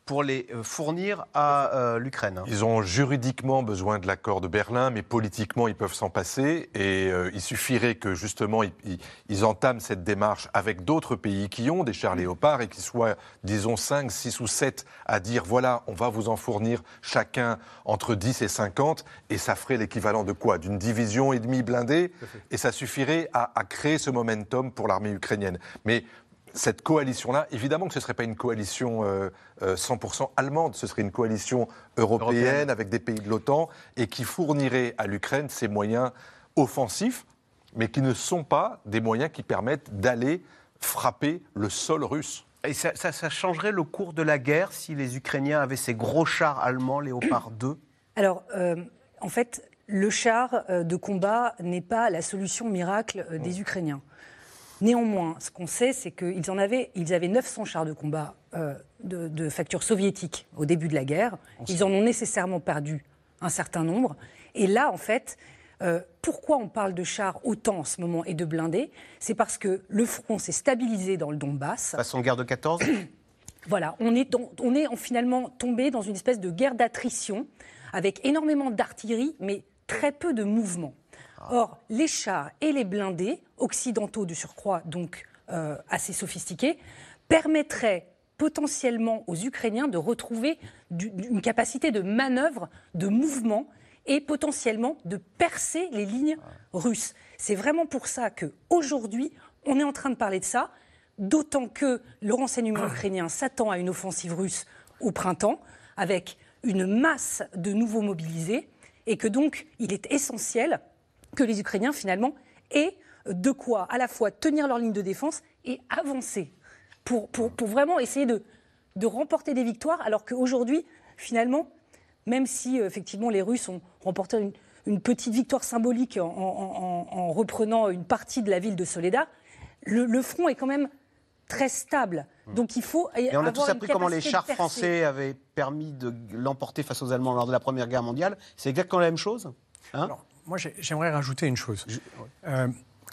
pour les fournir à euh, l'Ukraine. Ils ont juridiquement besoin de l'accord de Berlin, mais politiquement, ils peuvent s'en passer. Et euh, il suffirait que, justement, ils, ils, ils entament cette démarche avec d'autres pays qui ont des chars Léopard et qui soient, disons, cinq, six ou sept à dire, voilà, on va vous en fournir chacun entre dix et cinquante, et ça ferait l'équivalent de quoi? D'une division et demie blindée, et ça suffirait à, à créer ce momentum pour l'armée ukrainienne. Mais cette coalition-là, évidemment que ce ne serait pas une coalition euh, euh, cent pour cent allemande, ce serait une coalition européenne, européenne avec des pays de l'OTAN et qui fournirait à l'Ukraine ces moyens offensifs, mais qui ne sont pas des moyens qui permettent d'aller frapper le sol russe. Et ça, ça, ça changerait le cours de la guerre si les Ukrainiens avaient ces gros chars allemands Léopard deux? Alors, euh, en fait, le char de combat n'est pas la solution miracle euh, des Ukrainiens. Néanmoins, ce qu'on sait, c'est qu'ils en avaient, ils avaient neuf cents chars de combat euh, de, de facture soviétique au début de la guerre. Ils en ont nécessairement perdu un certain nombre. Et là, en fait, euh, pourquoi on parle de chars autant en ce moment et de blindés? C'est parce que le front s'est stabilisé dans le Donbass. Façon guerre de quatorze. Voilà, on est, dans, on est finalement tombé dans une espèce de guerre d'attrition avec énormément d'artillerie, mais très peu de mouvement. Or, les chars et les blindés, occidentaux de surcroît, donc euh, assez sophistiqués, permettraient potentiellement aux Ukrainiens de retrouver du, une capacité de manœuvre, de mouvement et potentiellement de percer les lignes russes. C'est vraiment pour ça qu'aujourd'hui, on est en train de parler de ça, d'autant que le renseignement ukrainien s'attend à une offensive russe au printemps, avec une masse de nouveaux mobilisés, et que donc il est essentiel que les Ukrainiens, finalement, aient de quoi à la fois tenir leur ligne de défense et avancer pour, pour, pour vraiment essayer de, de remporter des victoires, alors qu'aujourd'hui, finalement, même si, effectivement, les Russes ont remporté une, une petite victoire symbolique en, en, en, en reprenant une partie de la ville de Soledar, le, le front est quand même très stable. Donc il faut Et on a avoir tous appris comment les chars de français avaient permis de l'emporter face aux Allemands lors de la Première Guerre mondiale. C'est exactement la même chose, hein? Alors, moi, j'aimerais rajouter une chose. Je, ouais. euh,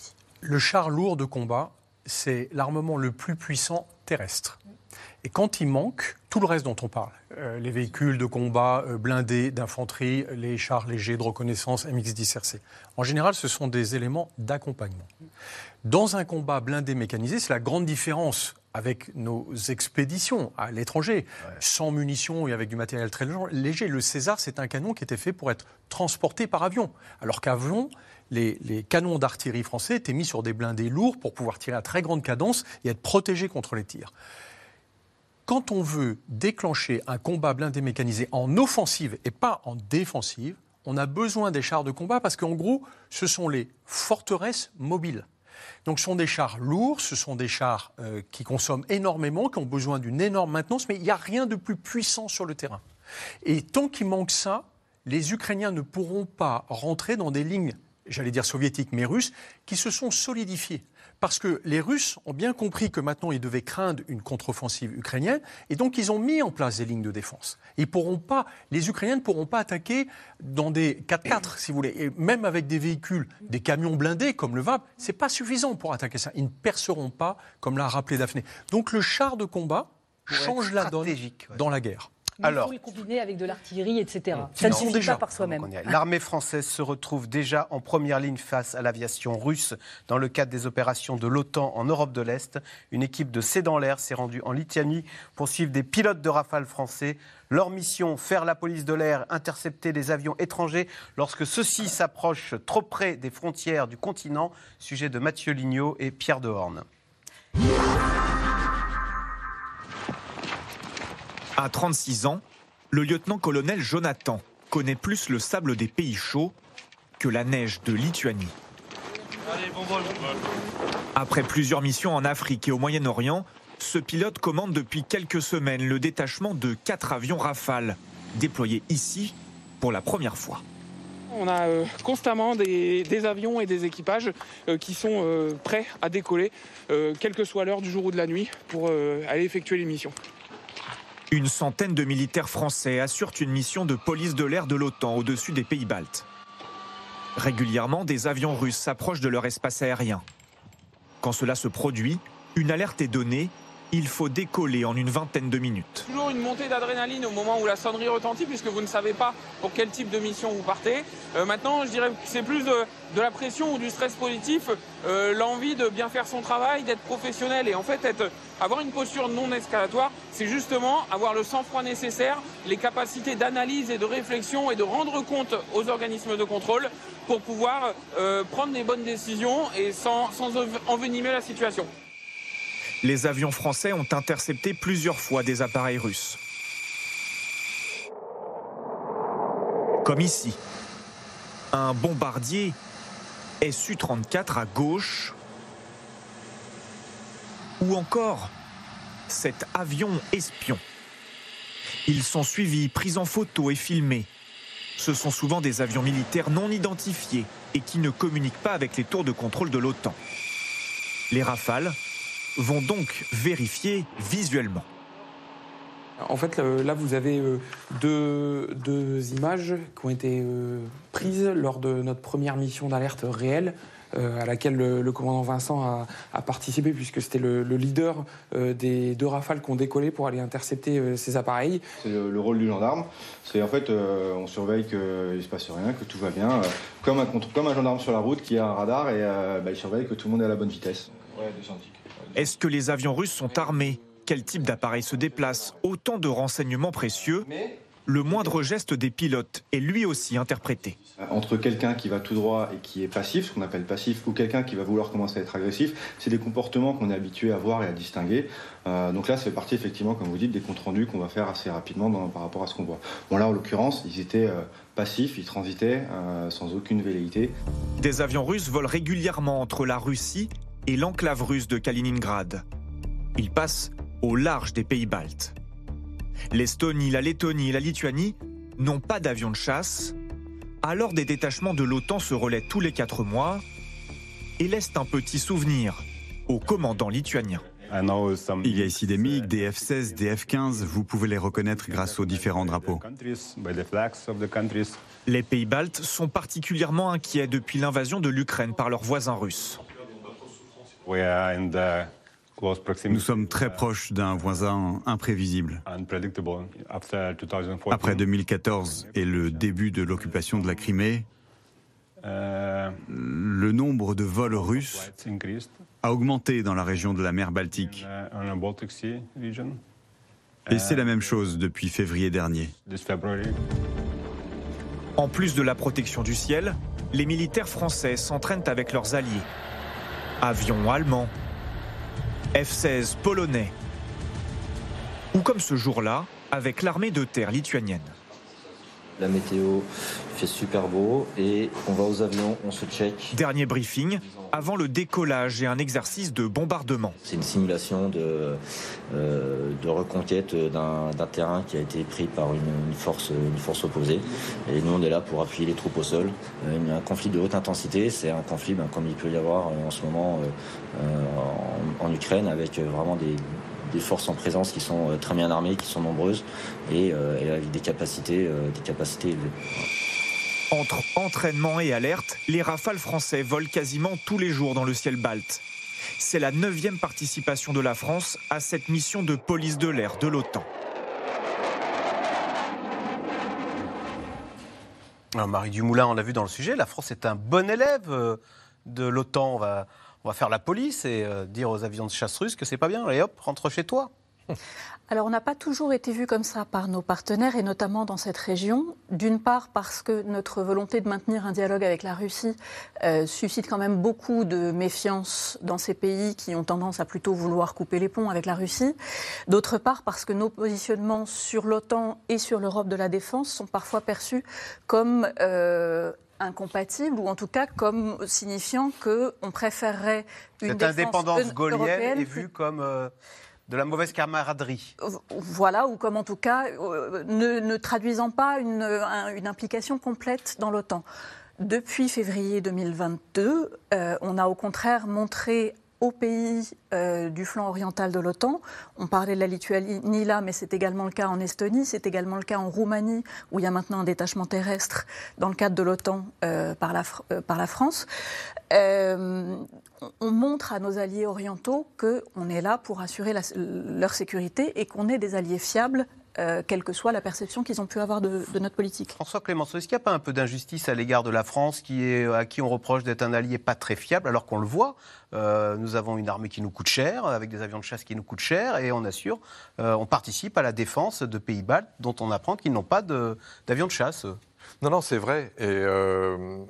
le char lourd de combat, c'est l'armement le plus puissant terrestre. Et quand il manque, tout le reste dont on parle, euh, les véhicules de combat euh, blindés d'infanterie, les chars légers de reconnaissance M X dix R C, en général, ce sont des éléments d'accompagnement. Dans un combat blindé mécanisé, c'est la grande différence avec nos expéditions à l'étranger, ouais. sans munitions et avec du matériel très léger. Le César, c'est un canon qui était fait pour être transporté par avion. Alors qu'avant, les, les canons d'artillerie français étaient mis sur des blindés lourds pour pouvoir tirer à très grande cadence et être protégés contre les tirs. Quand on veut déclencher un combat blindé mécanisé en offensive et pas en défensive, on a besoin des chars de combat parce qu'en gros, ce sont les forteresses mobiles. Donc ce sont des chars lourds, ce sont des chars euh, qui consomment énormément, qui ont besoin d'une énorme maintenance, mais il n'y a rien de plus puissant sur le terrain. Et tant qu'il manque ça, les Ukrainiens ne pourront pas rentrer dans des lignes, j'allais dire soviétiques, mais russes, qui se sont solidifiées. Parce que les Russes ont bien compris que maintenant ils devaient craindre une contre-offensive ukrainienne, et donc ils ont mis en place des lignes de défense. Ils pourront pas, les Ukrainiens ne pourront pas attaquer dans des quatre quatre, si vous voulez, et même avec des véhicules, des camions blindés comme le V A B, c'est pas suffisant pour attaquer ça. Ils ne perceront pas, comme l'a rappelé Daphné. Donc le char de combat change la donne ouais. dans la guerre. Mais alors, il faut le combiner avec de l'artillerie, et cetera. Ça ne suffit pas par soi-même. L'armée française se retrouve déjà en première ligne face à l'aviation russe dans le cadre des opérations de l'OTAN en Europe de l'Est. Une équipe de C'est dans l'air s'est rendue en Lituanie pour suivre des pilotes de Rafale français. Leur mission, faire la police de l'air, intercepter les avions étrangers lorsque ceux-ci s'approchent trop près des frontières du continent. Sujet de Mathieu Lignot et Pierre Dehorne. À trente-six ans, le lieutenant-colonel Jonathan connaît plus le sable des pays chauds que la neige de Lituanie. Allez, bon vol, bon vol. Après plusieurs missions en Afrique et au Moyen-Orient, ce pilote commande depuis quelques semaines le détachement de quatre avions Rafale, déployés ici pour la première fois. On a euh, constamment des, des avions et des équipages euh, qui sont euh, prêts à décoller, euh, quelle que soit l'heure du jour ou de la nuit, pour euh, aller effectuer les missions. Une centaine de militaires français assurent une mission de police de l'air de l'OTAN au-dessus des pays baltes. Régulièrement, des avions russes s'approchent de leur espace aérien. Quand cela se produit, une alerte est donnée il faut décoller en une vingtaine de minutes. Toujours une montée d'adrénaline au moment où la sonnerie retentit, puisque vous ne savez pas pour quel type de mission vous partez. Euh, maintenant, je dirais que c'est plus de, de la pression ou du stress positif, euh, l'envie de bien faire son travail, d'être professionnel et en fait être, avoir une posture non escalatoire, c'est justement avoir le sang-froid nécessaire, les capacités d'analyse et de réflexion et de rendre compte aux organismes de contrôle pour pouvoir euh, prendre les bonnes décisions et sans, sans envenimer la situation. Les avions français ont intercepté plusieurs fois des appareils russes. Comme ici, un bombardier S U trente-quatre à gauche, ou encore cet avion espion. Ils sont suivis, pris en photo et filmés. Ce sont souvent des avions militaires non identifiés et qui ne communiquent pas avec les tours de contrôle de l'OTAN. Les Rafales vont donc vérifier visuellement. En fait, là, vous avez deux, deux images qui ont été prises lors de notre première mission d'alerte réelle, à laquelle le, le commandant Vincent a, a participé, puisque c'était le, le leader des deux Rafales qui ont décollé pour aller intercepter ces appareils. C'est le, le rôle du gendarme. C'est en fait, euh, on surveille qu'il ne se passe rien, que tout va bien. Euh, comme, un, comme un gendarme sur la route qui a un radar et euh, bah, il surveille que tout le monde est à la bonne vitesse. Ouais, Est-ce que les avions russes sont armés? Quel type d'appareil se déplace? Autant de renseignements précieux. Le moindre geste des pilotes est lui aussi interprété. Entre quelqu'un qui va tout droit et qui est passif, ce qu'on appelle passif, ou quelqu'un qui va vouloir commencer à être agressif, c'est des comportements qu'on est habitué à voir et à distinguer. Euh, donc là, ça fait partie effectivement, comme vous dites, des comptes rendus qu'on va faire assez rapidement dans, par rapport à ce qu'on voit. Bon là, en l'occurrence, ils étaient euh, passifs, ils transitaient euh, sans aucune velléité. Des avions russes volent régulièrement entre la Russie et l'enclave russe de Kaliningrad. Ils passent au large des pays baltes. L'Estonie, la Lettonie et la Lituanie n'ont pas d'avions de chasse, alors des détachements de l'OTAN se relaient tous les quatre mois et laissent un petit souvenir au commandant lituanien. Il y a ici des MiG, des F seize, des F quinze, vous pouvez les reconnaître grâce aux différents drapeaux. Les pays baltes sont particulièrement inquiets depuis l'invasion de l'Ukraine par leurs voisins russes. Nous sommes très proches d'un voisin imprévisible. Après deux mille quatorze et le début de l'occupation de la Crimée, le nombre de vols russes a augmenté dans la région de la mer Baltique. Et c'est la même chose depuis février dernier. En plus de la protection du ciel, les militaires français s'entraînent avec leurs alliés. Avions allemands, F seize polonais, ou comme ce jour-là, avec l'armée de terre lituanienne. La météo fait super beau et on va aux avions, on se check. Dernier briefing, avant le décollage et un exercice de bombardement. C'est une simulation de, euh, de reconquête d'un d'un terrain qui a été pris par une, une, force, une force opposée. Et nous, on est là pour appuyer les troupes au sol. Euh, un conflit de haute intensité, c'est un conflit ben, comme il peut y avoir en ce moment euh, en, en Ukraine, avec vraiment des... des forces en présence qui sont très bien armées, qui sont nombreuses et, euh, et avec des capacités, euh, des capacités élevées. Entre entraînement et alerte, les Rafales français volent quasiment tous les jours dans le ciel balte. C'est la neuvième participation de la France à cette mission de police de l'air de l'OTAN. Alors, Marie Dumoulin, on l'a vu dans le sujet, la France est un bon élève de l'OTAN. On va... On va faire la police et euh, dire aux avions de chasse russes que c'est pas bien. Allez hop, rentre chez toi. Alors on n'a pas toujours été vu comme ça par nos partenaires et notamment dans cette région. D'une part parce que notre volonté de maintenir un dialogue avec la Russie euh, suscite quand même beaucoup de méfiance dans ces pays qui ont tendance à plutôt vouloir couper les ponts avec la Russie. D'autre part parce que nos positionnements sur l'OTAN et sur l'Europe de la défense sont parfois perçus comme... Euh, incompatible ou en tout cas comme signifiant qu'on préférerait une Cette défense indépendance gaullienne européenne est vue comme euh, de la mauvaise camaraderie. Voilà, ou comme en tout cas euh, ne, ne traduisant pas une, un, une implication complète dans l'OTAN. Depuis février deux mille vingt-deux, euh, on a au contraire montré aux pays euh, du flanc oriental de l'OTAN. On parlait de la Lituanie là, mais c'est également le cas en Estonie, c'est également le cas en Roumanie, où il y a maintenant un détachement terrestre dans le cadre de l'OTAN euh, par, la, euh, par la France. Euh, on montre à nos alliés orientaux qu'on est là pour assurer la, leur sécurité et qu'on est des alliés fiables, Euh, quelle que soit la perception qu'ils ont pu avoir de, de notre politique. François Clémenceau, est-ce qu'il n'y a pas un peu d'injustice à l'égard de la France qui est, à qui on reproche d'être un allié pas très fiable, alors qu'on le voit, euh, nous avons une armée qui nous coûte cher, avec des avions de chasse qui nous coûtent cher, et on assure, euh, on participe à la défense de pays baltes dont on apprend qu'ils n'ont pas de, d'avions de chasse. Non, non, c'est vrai. Et euh,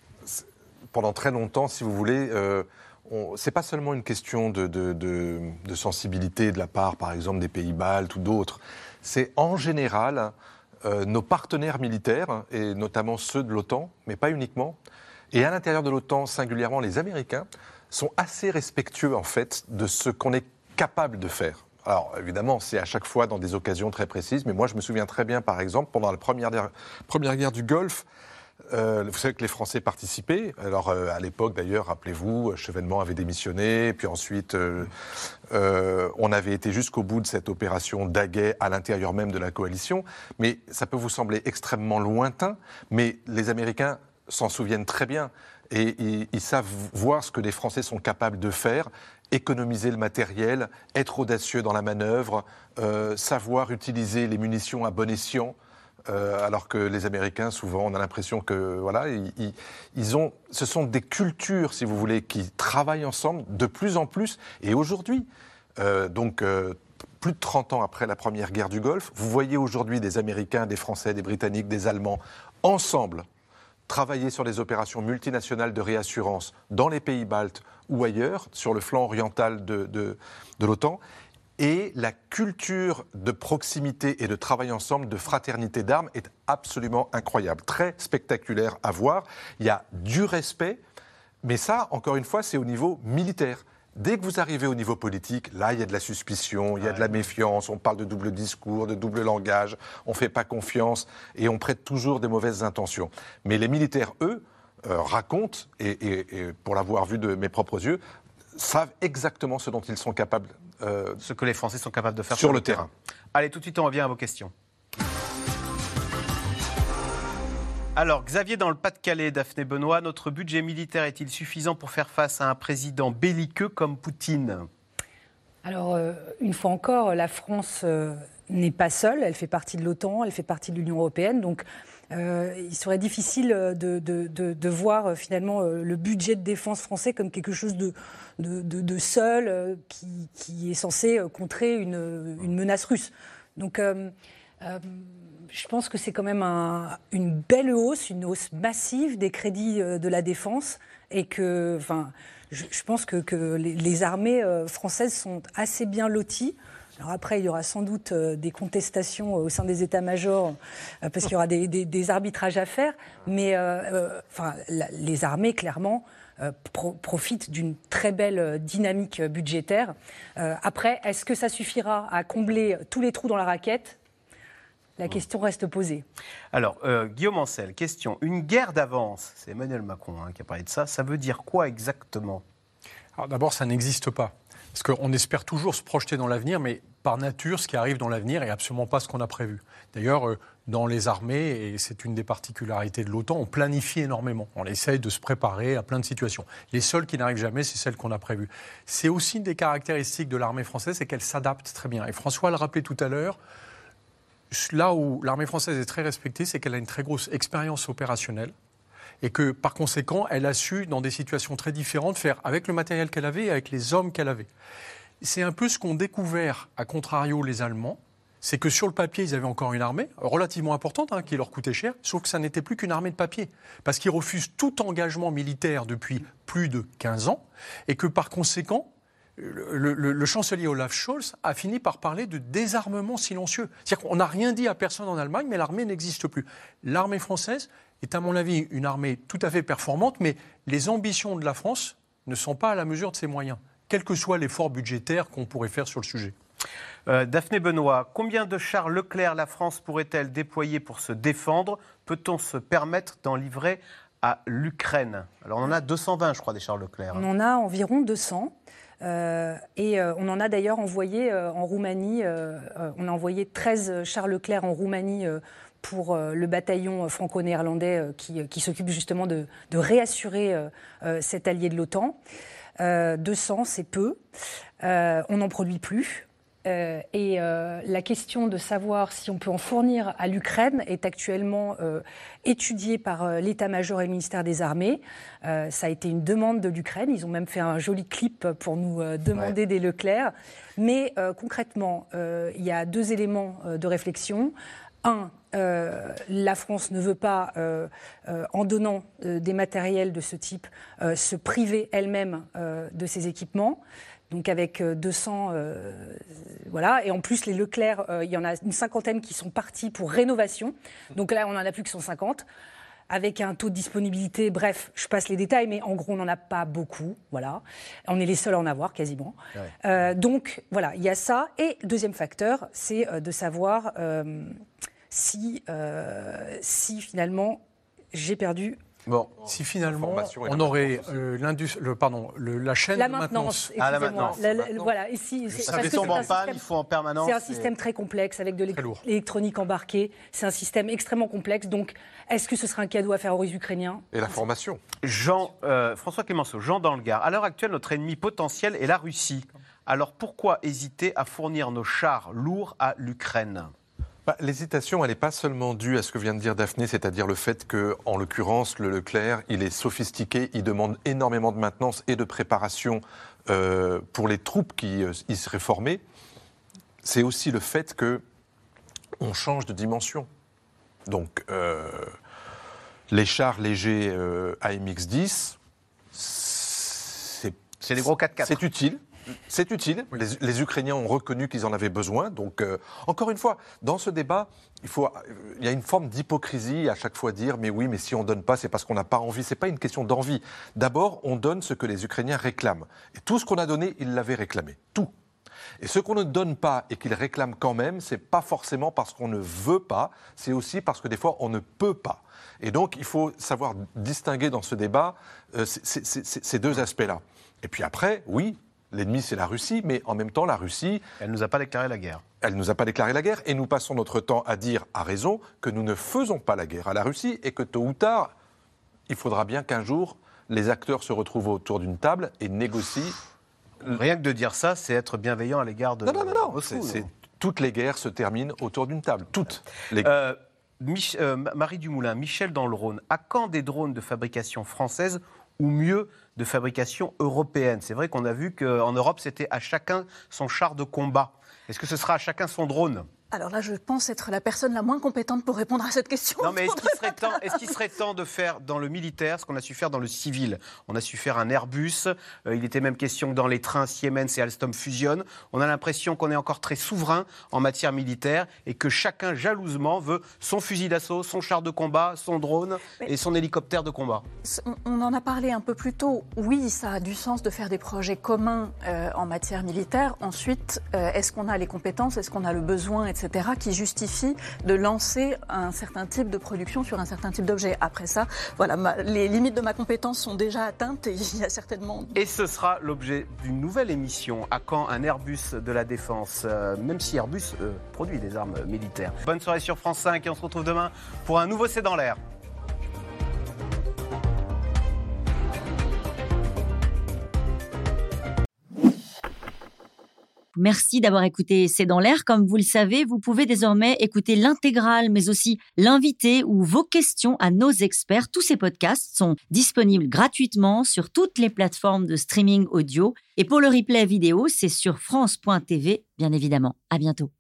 pendant très longtemps, si vous voulez... Euh, ce n'est pas seulement une question de, de, de, de sensibilité de la part, par exemple, des pays baltes ou d'autres. C'est en général euh, nos partenaires militaires, et notamment ceux de l'OTAN, mais pas uniquement, et à l'intérieur de l'OTAN, singulièrement les Américains, sont assez respectueux, en fait, de ce qu'on est capable de faire. Alors, évidemment, c'est à chaque fois dans des occasions très précises, mais moi, je me souviens très bien, par exemple, pendant la première, première guerre du Golfe, Euh, vous savez que les Français participaient. Alors, euh, à l'époque, d'ailleurs, rappelez-vous, Chevènement avait démissionné. Puis ensuite, euh, euh, on avait été jusqu'au bout de cette opération Daguet à l'intérieur même de la coalition. Mais ça peut vous sembler extrêmement lointain. Mais les Américains s'en souviennent très bien. Et ils, ils savent voir ce que les Français sont capables de faire. Économiser le matériel, être audacieux dans la manœuvre, euh, savoir utiliser les munitions à bon escient. Euh, alors que les Américains, souvent, on a l'impression que, voilà, ils, ils ont, ce sont des cultures, si vous voulez, qui travaillent ensemble de plus en plus. Et aujourd'hui, euh, donc euh, plus de trente ans après la première guerre du Golfe, vous voyez aujourd'hui des Américains, des Français, des Britanniques, des Allemands, ensemble, travailler sur des opérations multinationales de réassurance dans les pays baltes ou ailleurs, sur le flanc oriental de, de, de l'OTAN. Et la culture de proximité et de travail ensemble, de fraternité d'armes, est absolument incroyable, très spectaculaire à voir. Il y a du respect, mais ça, encore une fois, c'est au niveau militaire. Dès que vous arrivez au niveau politique, là, il y a de la suspicion, il y a de la méfiance, on parle de double discours, de double langage, on ne fait pas confiance et on prête toujours des mauvaises intentions. Mais les militaires, eux, euh, racontent, et, et, et pour l'avoir vu de mes propres yeux, savent exactement ce dont ils sont capables. Euh, ce que les Français sont capables de faire sur, sur le terrain. terrain. Allez, tout de suite, on revient à vos questions. Alors, Xavier, dans le Pas-de-Calais, Daphné Benoît, notre budget militaire est-il suffisant pour faire face à un président belliqueux comme Poutine ? Alors, euh, une fois encore, la France euh, n'est pas seule. Elle fait partie de l'OTAN, elle fait partie de l'Union européenne. Donc, euh, il serait difficile de, de, de, de voir euh, finalement euh, le budget de défense français comme quelque chose de, de, de, de seul euh, qui, qui est censé contrer une, une menace russe. Donc, euh, euh, je pense que c'est quand même un, une belle hausse, une hausse massive des crédits de la défense et que, enfin, je, je pense que, que les, les armées françaises sont assez bien loties. Alors après, il y aura sans doute euh, des contestations au sein des états-majors, euh, parce qu'il y aura des, des, des arbitrages à faire, mais euh, euh, enfin, la, les armées, clairement, euh, pro- profitent d'une très belle dynamique budgétaire. Euh, après, est-ce que ça suffira à combler tous les trous dans la raquette ? La question reste posée. Alors, euh, Guillaume Ancel, question. Une guerre d'avance, c'est Emmanuel Macron hein, qui a parlé de ça, ça veut dire quoi exactement ? Alors d'abord, ça n'existe pas. Parce qu'on espère toujours se projeter dans l'avenir, mais par nature, ce qui arrive dans l'avenir n'est absolument pas ce qu'on a prévu. D'ailleurs, dans les armées, et c'est une des particularités de l'OTAN, on planifie énormément. On essaye de se préparer à plein de situations. Les seules qui n'arrivent jamais, c'est celles qu'on a prévues. C'est aussi une des caractéristiques de l'armée française, c'est qu'elle s'adapte très bien. Et François le rappelait tout à l'heure, là où l'armée française est très respectée, c'est qu'elle a une très grosse expérience opérationnelle. Et que, par conséquent, elle a su, dans des situations très différentes, faire avec le matériel qu'elle avait et avec les hommes qu'elle avait. C'est un peu ce qu'ont découvert, à contrario, les Allemands. C'est que sur le papier, ils avaient encore une armée relativement importante, hein, qui leur coûtait cher, sauf que ça n'était plus qu'une armée de papier. Parce qu'ils refusent tout engagement militaire depuis plus de quinze ans, et que, par conséquent, le, le, le chancelier Olaf Scholz a fini par parler de désarmement silencieux. C'est-à-dire qu'on n'a rien dit à personne en Allemagne, mais l'armée n'existe plus. L'armée française est, à mon avis, une armée tout à fait performante, mais les ambitions de la France ne sont pas à la mesure de ses moyens, quel que soit l'effort budgétaire qu'on pourrait faire sur le sujet. Euh, Daphné Benoît, combien de chars Leclerc la France pourrait-elle déployer pour se défendre ? Peut-on se permettre d'en livrer à l'Ukraine. Alors on en a deux cent vingt, je crois, des chars Leclerc. On en a environ deux cents. Euh, et euh, on en a d'ailleurs envoyé euh, en Roumanie, euh, euh, on a envoyé treize chars Leclerc en Roumanie euh, pour euh, le bataillon franco-néerlandais euh, qui, qui s'occupe justement de, de réassurer euh, euh, cet allié de l'OTAN. Euh, deux cents, c'est peu. Euh, on n'en produit plus. Euh, et euh, la question de savoir si on peut en fournir à l'Ukraine est actuellement euh, étudiée par euh, l'état-major et le ministère des Armées. Euh, ça a été une demande de l'Ukraine. Ils ont même fait un joli clip pour nous euh, demander ouais. des Leclerc. Mais euh, concrètement, euh, il y a deux éléments euh, de réflexion. Un, euh, la France ne veut pas, euh, euh, en donnant euh, des matériels de ce type, euh, se priver elle-même euh, de ces équipements. Donc avec deux cents, euh, voilà. Et en plus, les Leclerc, euh, il y en a une cinquantaine qui sont partis pour rénovation. Donc là, on n'en a plus que cent cinquante. Avec un taux de disponibilité, bref, je passe les détails, mais en gros, on n'en a pas beaucoup, voilà. On est les seuls à en avoir, quasiment. Ouais. Euh, donc, voilà, il y a ça. Et deuxième facteur, c'est euh, de savoir euh, si, euh, si, finalement, j'ai perdu... Bon, si finalement on aurait euh, le, pardon, le, la chaîne la de maintenance, maintenance. Ah, la maintenance. La, la, voilà, et si, ça fait tomber en panne, il faut en permanence. C'est un système très complexe avec de l'électronique embarquée. C'est un système extrêmement complexe. Donc, est-ce que ce serait un cadeau à faire aux Ukrainiens ? Et la formation. Jean, euh, François Clémenceau, Jean dans le Gard. À l'heure actuelle, notre ennemi potentiel est la Russie. Alors pourquoi hésiter à fournir nos chars lourds à l'Ukraine ? Bah, l'hésitation, elle n'est pas seulement due à ce que vient de dire Daphné, c'est-à-dire le fait que, en l'occurrence, le Leclerc, il est sophistiqué, il demande énormément de maintenance et de préparation euh, pour les troupes qui euh, y seraient formées. C'est aussi le fait que on change de dimension. Donc, euh, les chars légers euh, A M X dix, c'est, c'est les gros quatre quatre. C'est utile. C'est utile. Oui. Les, les Ukrainiens ont reconnu qu'ils en avaient besoin. Donc, euh, encore une fois, dans ce débat, il, faut, il y a une forme d'hypocrisie à chaque fois dire « mais oui, mais si on ne donne pas, c'est parce qu'on n'a pas envie ». Ce n'est pas une question d'envie. D'abord, on donne ce que les Ukrainiens réclament. Et tout ce qu'on a donné, ils l'avaient réclamé. Tout. Et ce qu'on ne donne pas et qu'ils réclament quand même, ce n'est pas forcément parce qu'on ne veut pas, c'est aussi parce que des fois, on ne peut pas. Et donc, il faut savoir distinguer dans ce débat euh, ces, ces, ces, ces deux aspects-là. Et puis après, oui, l'ennemi, c'est la Russie, mais en même temps, la Russie... Elle ne nous a pas déclaré la guerre. Elle ne nous a pas déclaré la guerre, et nous passons notre temps à dire, à raison, que nous ne faisons pas la guerre à la Russie, et que tôt ou tard, il faudra bien qu'un jour, les acteurs se retrouvent autour d'une table et négocient... Rien que de dire ça, c'est être bienveillant à l'égard de... Non, non, non, non. Moscou, c'est, c'est, toutes les guerres se terminent autour d'une table, toutes. Les... Euh, Mich- euh, Marie Dumoulin, Michel dans le Rhône, à quand des drones de fabrication française ou mieux de fabrication européenne ? C'est vrai qu'on a vu qu'en Europe, c'était à chacun son char de combat. Est-ce que ce sera à chacun son drone ? Alors là, je pense être la personne la moins compétente pour répondre à cette question. Non, mais est-ce qu'il serait temps, est-ce qu'il serait temps de faire dans le militaire ce qu'on a su faire dans le civil ? On a su faire un Airbus. Euh, il était même question que dans les trains Siemens et Alstom fusionnent. On a l'impression qu'on est encore très souverain en matière militaire et que chacun jalousement veut son fusil d'assaut, son char de combat, son drone mais et son hélicoptère de combat. On en a parlé un peu plus tôt. Oui, ça a du sens de faire des projets communs euh, en matière militaire. Ensuite, euh, est-ce qu'on a les compétences ? Est-ce qu'on a le besoin, et cetera, qui justifie de lancer un certain type de production sur un certain type d'objet. Après ça, voilà, ma, les limites de ma compétence sont déjà atteintes et il y a certainement... Et ce sera l'objet d'une nouvelle émission. À quand un Airbus de la Défense, euh, même si Airbus euh, produit des armes militaires. Bonne soirée sur France cinq et on se retrouve demain pour un nouveau C'est dans l'air. Merci d'avoir écouté C'est dans l'air. Comme vous le savez, vous pouvez désormais écouter l'intégrale, mais aussi l'invité ou vos questions à nos experts. Tous ces podcasts sont disponibles gratuitement sur toutes les plateformes de streaming audio. Et pour le replay vidéo, c'est sur France point T V, bien évidemment. À bientôt.